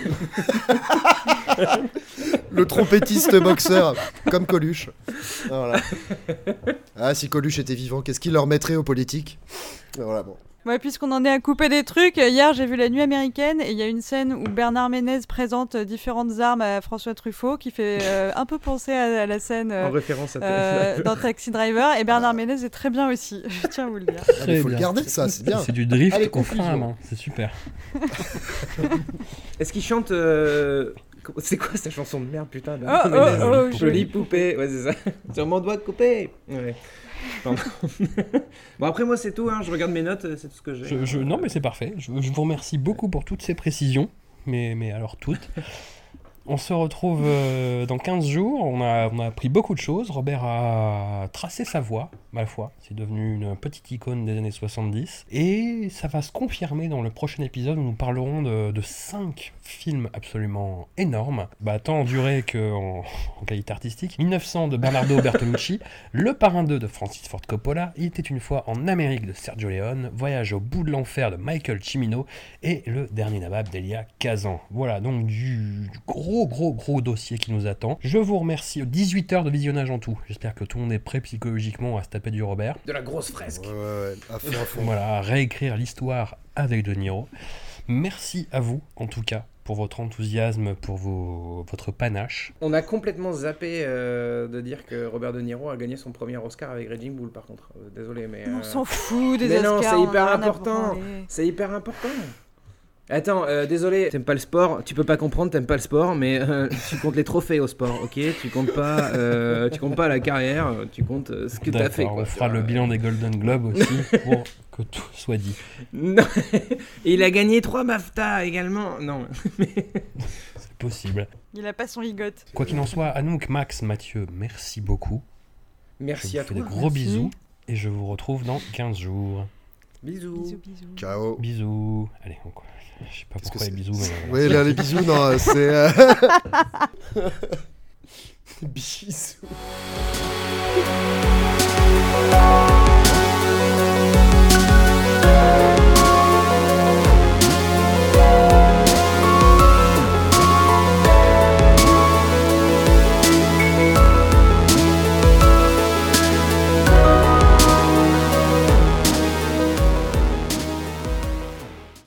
Le trompettiste boxeur, comme Coluche. Voilà. Ah, si Coluche était vivant, qu'est-ce qu'il leur mettrait aux politiques? Voilà, bon. Ouais, puisqu'on en est à couper des trucs, hier j'ai vu La Nuit américaine et il y a une scène où Bernard Ménez présente différentes armes à François Truffaut qui fait un peu penser à la scène en référence à dans Taxi Driver, et Bernard Ménez est très bien aussi, je tiens à vous le dire. Il faut le garder, ça, c'est bien. C'est du drift Allez, au frein à main, c'est super. Est-ce qu'il chante c'est quoi cette chanson de merde, putain Jolie poupée, ouais c'est ça. Sur mon doigt coupé. Ouais. Bon après moi c'est tout, hein. Je regarde mes notes, c'est tout ce que j'ai. Non mais c'est parfait, je vous remercie beaucoup pour toutes ces précisions, mais alors toutes. On se retrouve dans 15 jours, on a appris beaucoup de choses, Robert a tracé sa voie, ma foi, c'est devenu une petite icône des années 70, et ça va se confirmer dans le prochain épisode où nous parlerons de 5 films absolument énormes, tant en durée qu'en qualité artistique. 1900 de Bernardo Bertolucci, Le Parrain 2 de Francis Ford Coppola, Il était une fois en Amérique de Sergio Leone, Voyage au bout de l'enfer de Michael Cimino, et Le Dernier Nabab d'Elia Kazan. Voilà, donc du gros dossier qui nous attend. Je vous remercie. 18 heures de visionnage en tout. J'espère que tout le monde est prêt psychologiquement à se taper du Robert. De la grosse fresque. Ouais, à fond. Voilà, à réécrire l'histoire avec De Niro. Merci à vous, en tout cas, pour votre enthousiasme, pour votre panache. On a complètement zappé de dire que Robert De Niro a gagné son premier Oscar avec Raging Bull, par contre. Désolé, mais... On s'en fout des mais Oscars. Non, c'est hyper important. C'est hyper important. Attends, désolé, t'aimes pas le sport, tu peux pas comprendre, t'aimes pas le sport, mais tu comptes les trophées au sport, ok? Tu comptes pas la carrière, tu comptes ce que t'as fait. Quoi. On fera le bilan des Golden Globes aussi pour que tout soit dit. Non. Et il a gagné 3 BAFTA également. Non, c'est possible. Il a pas son higot. Quoi qu'il en soit, Anouk, Max, Mathieu, merci beaucoup. Merci à toi. Je vous fais des gros bisous et je vous retrouve dans 15 jours. Bisous. Ciao. Bisous. Allez, je sais pas pourquoi les bisous. Mais... Oui, là, les bisous, non, c'est... Bisous.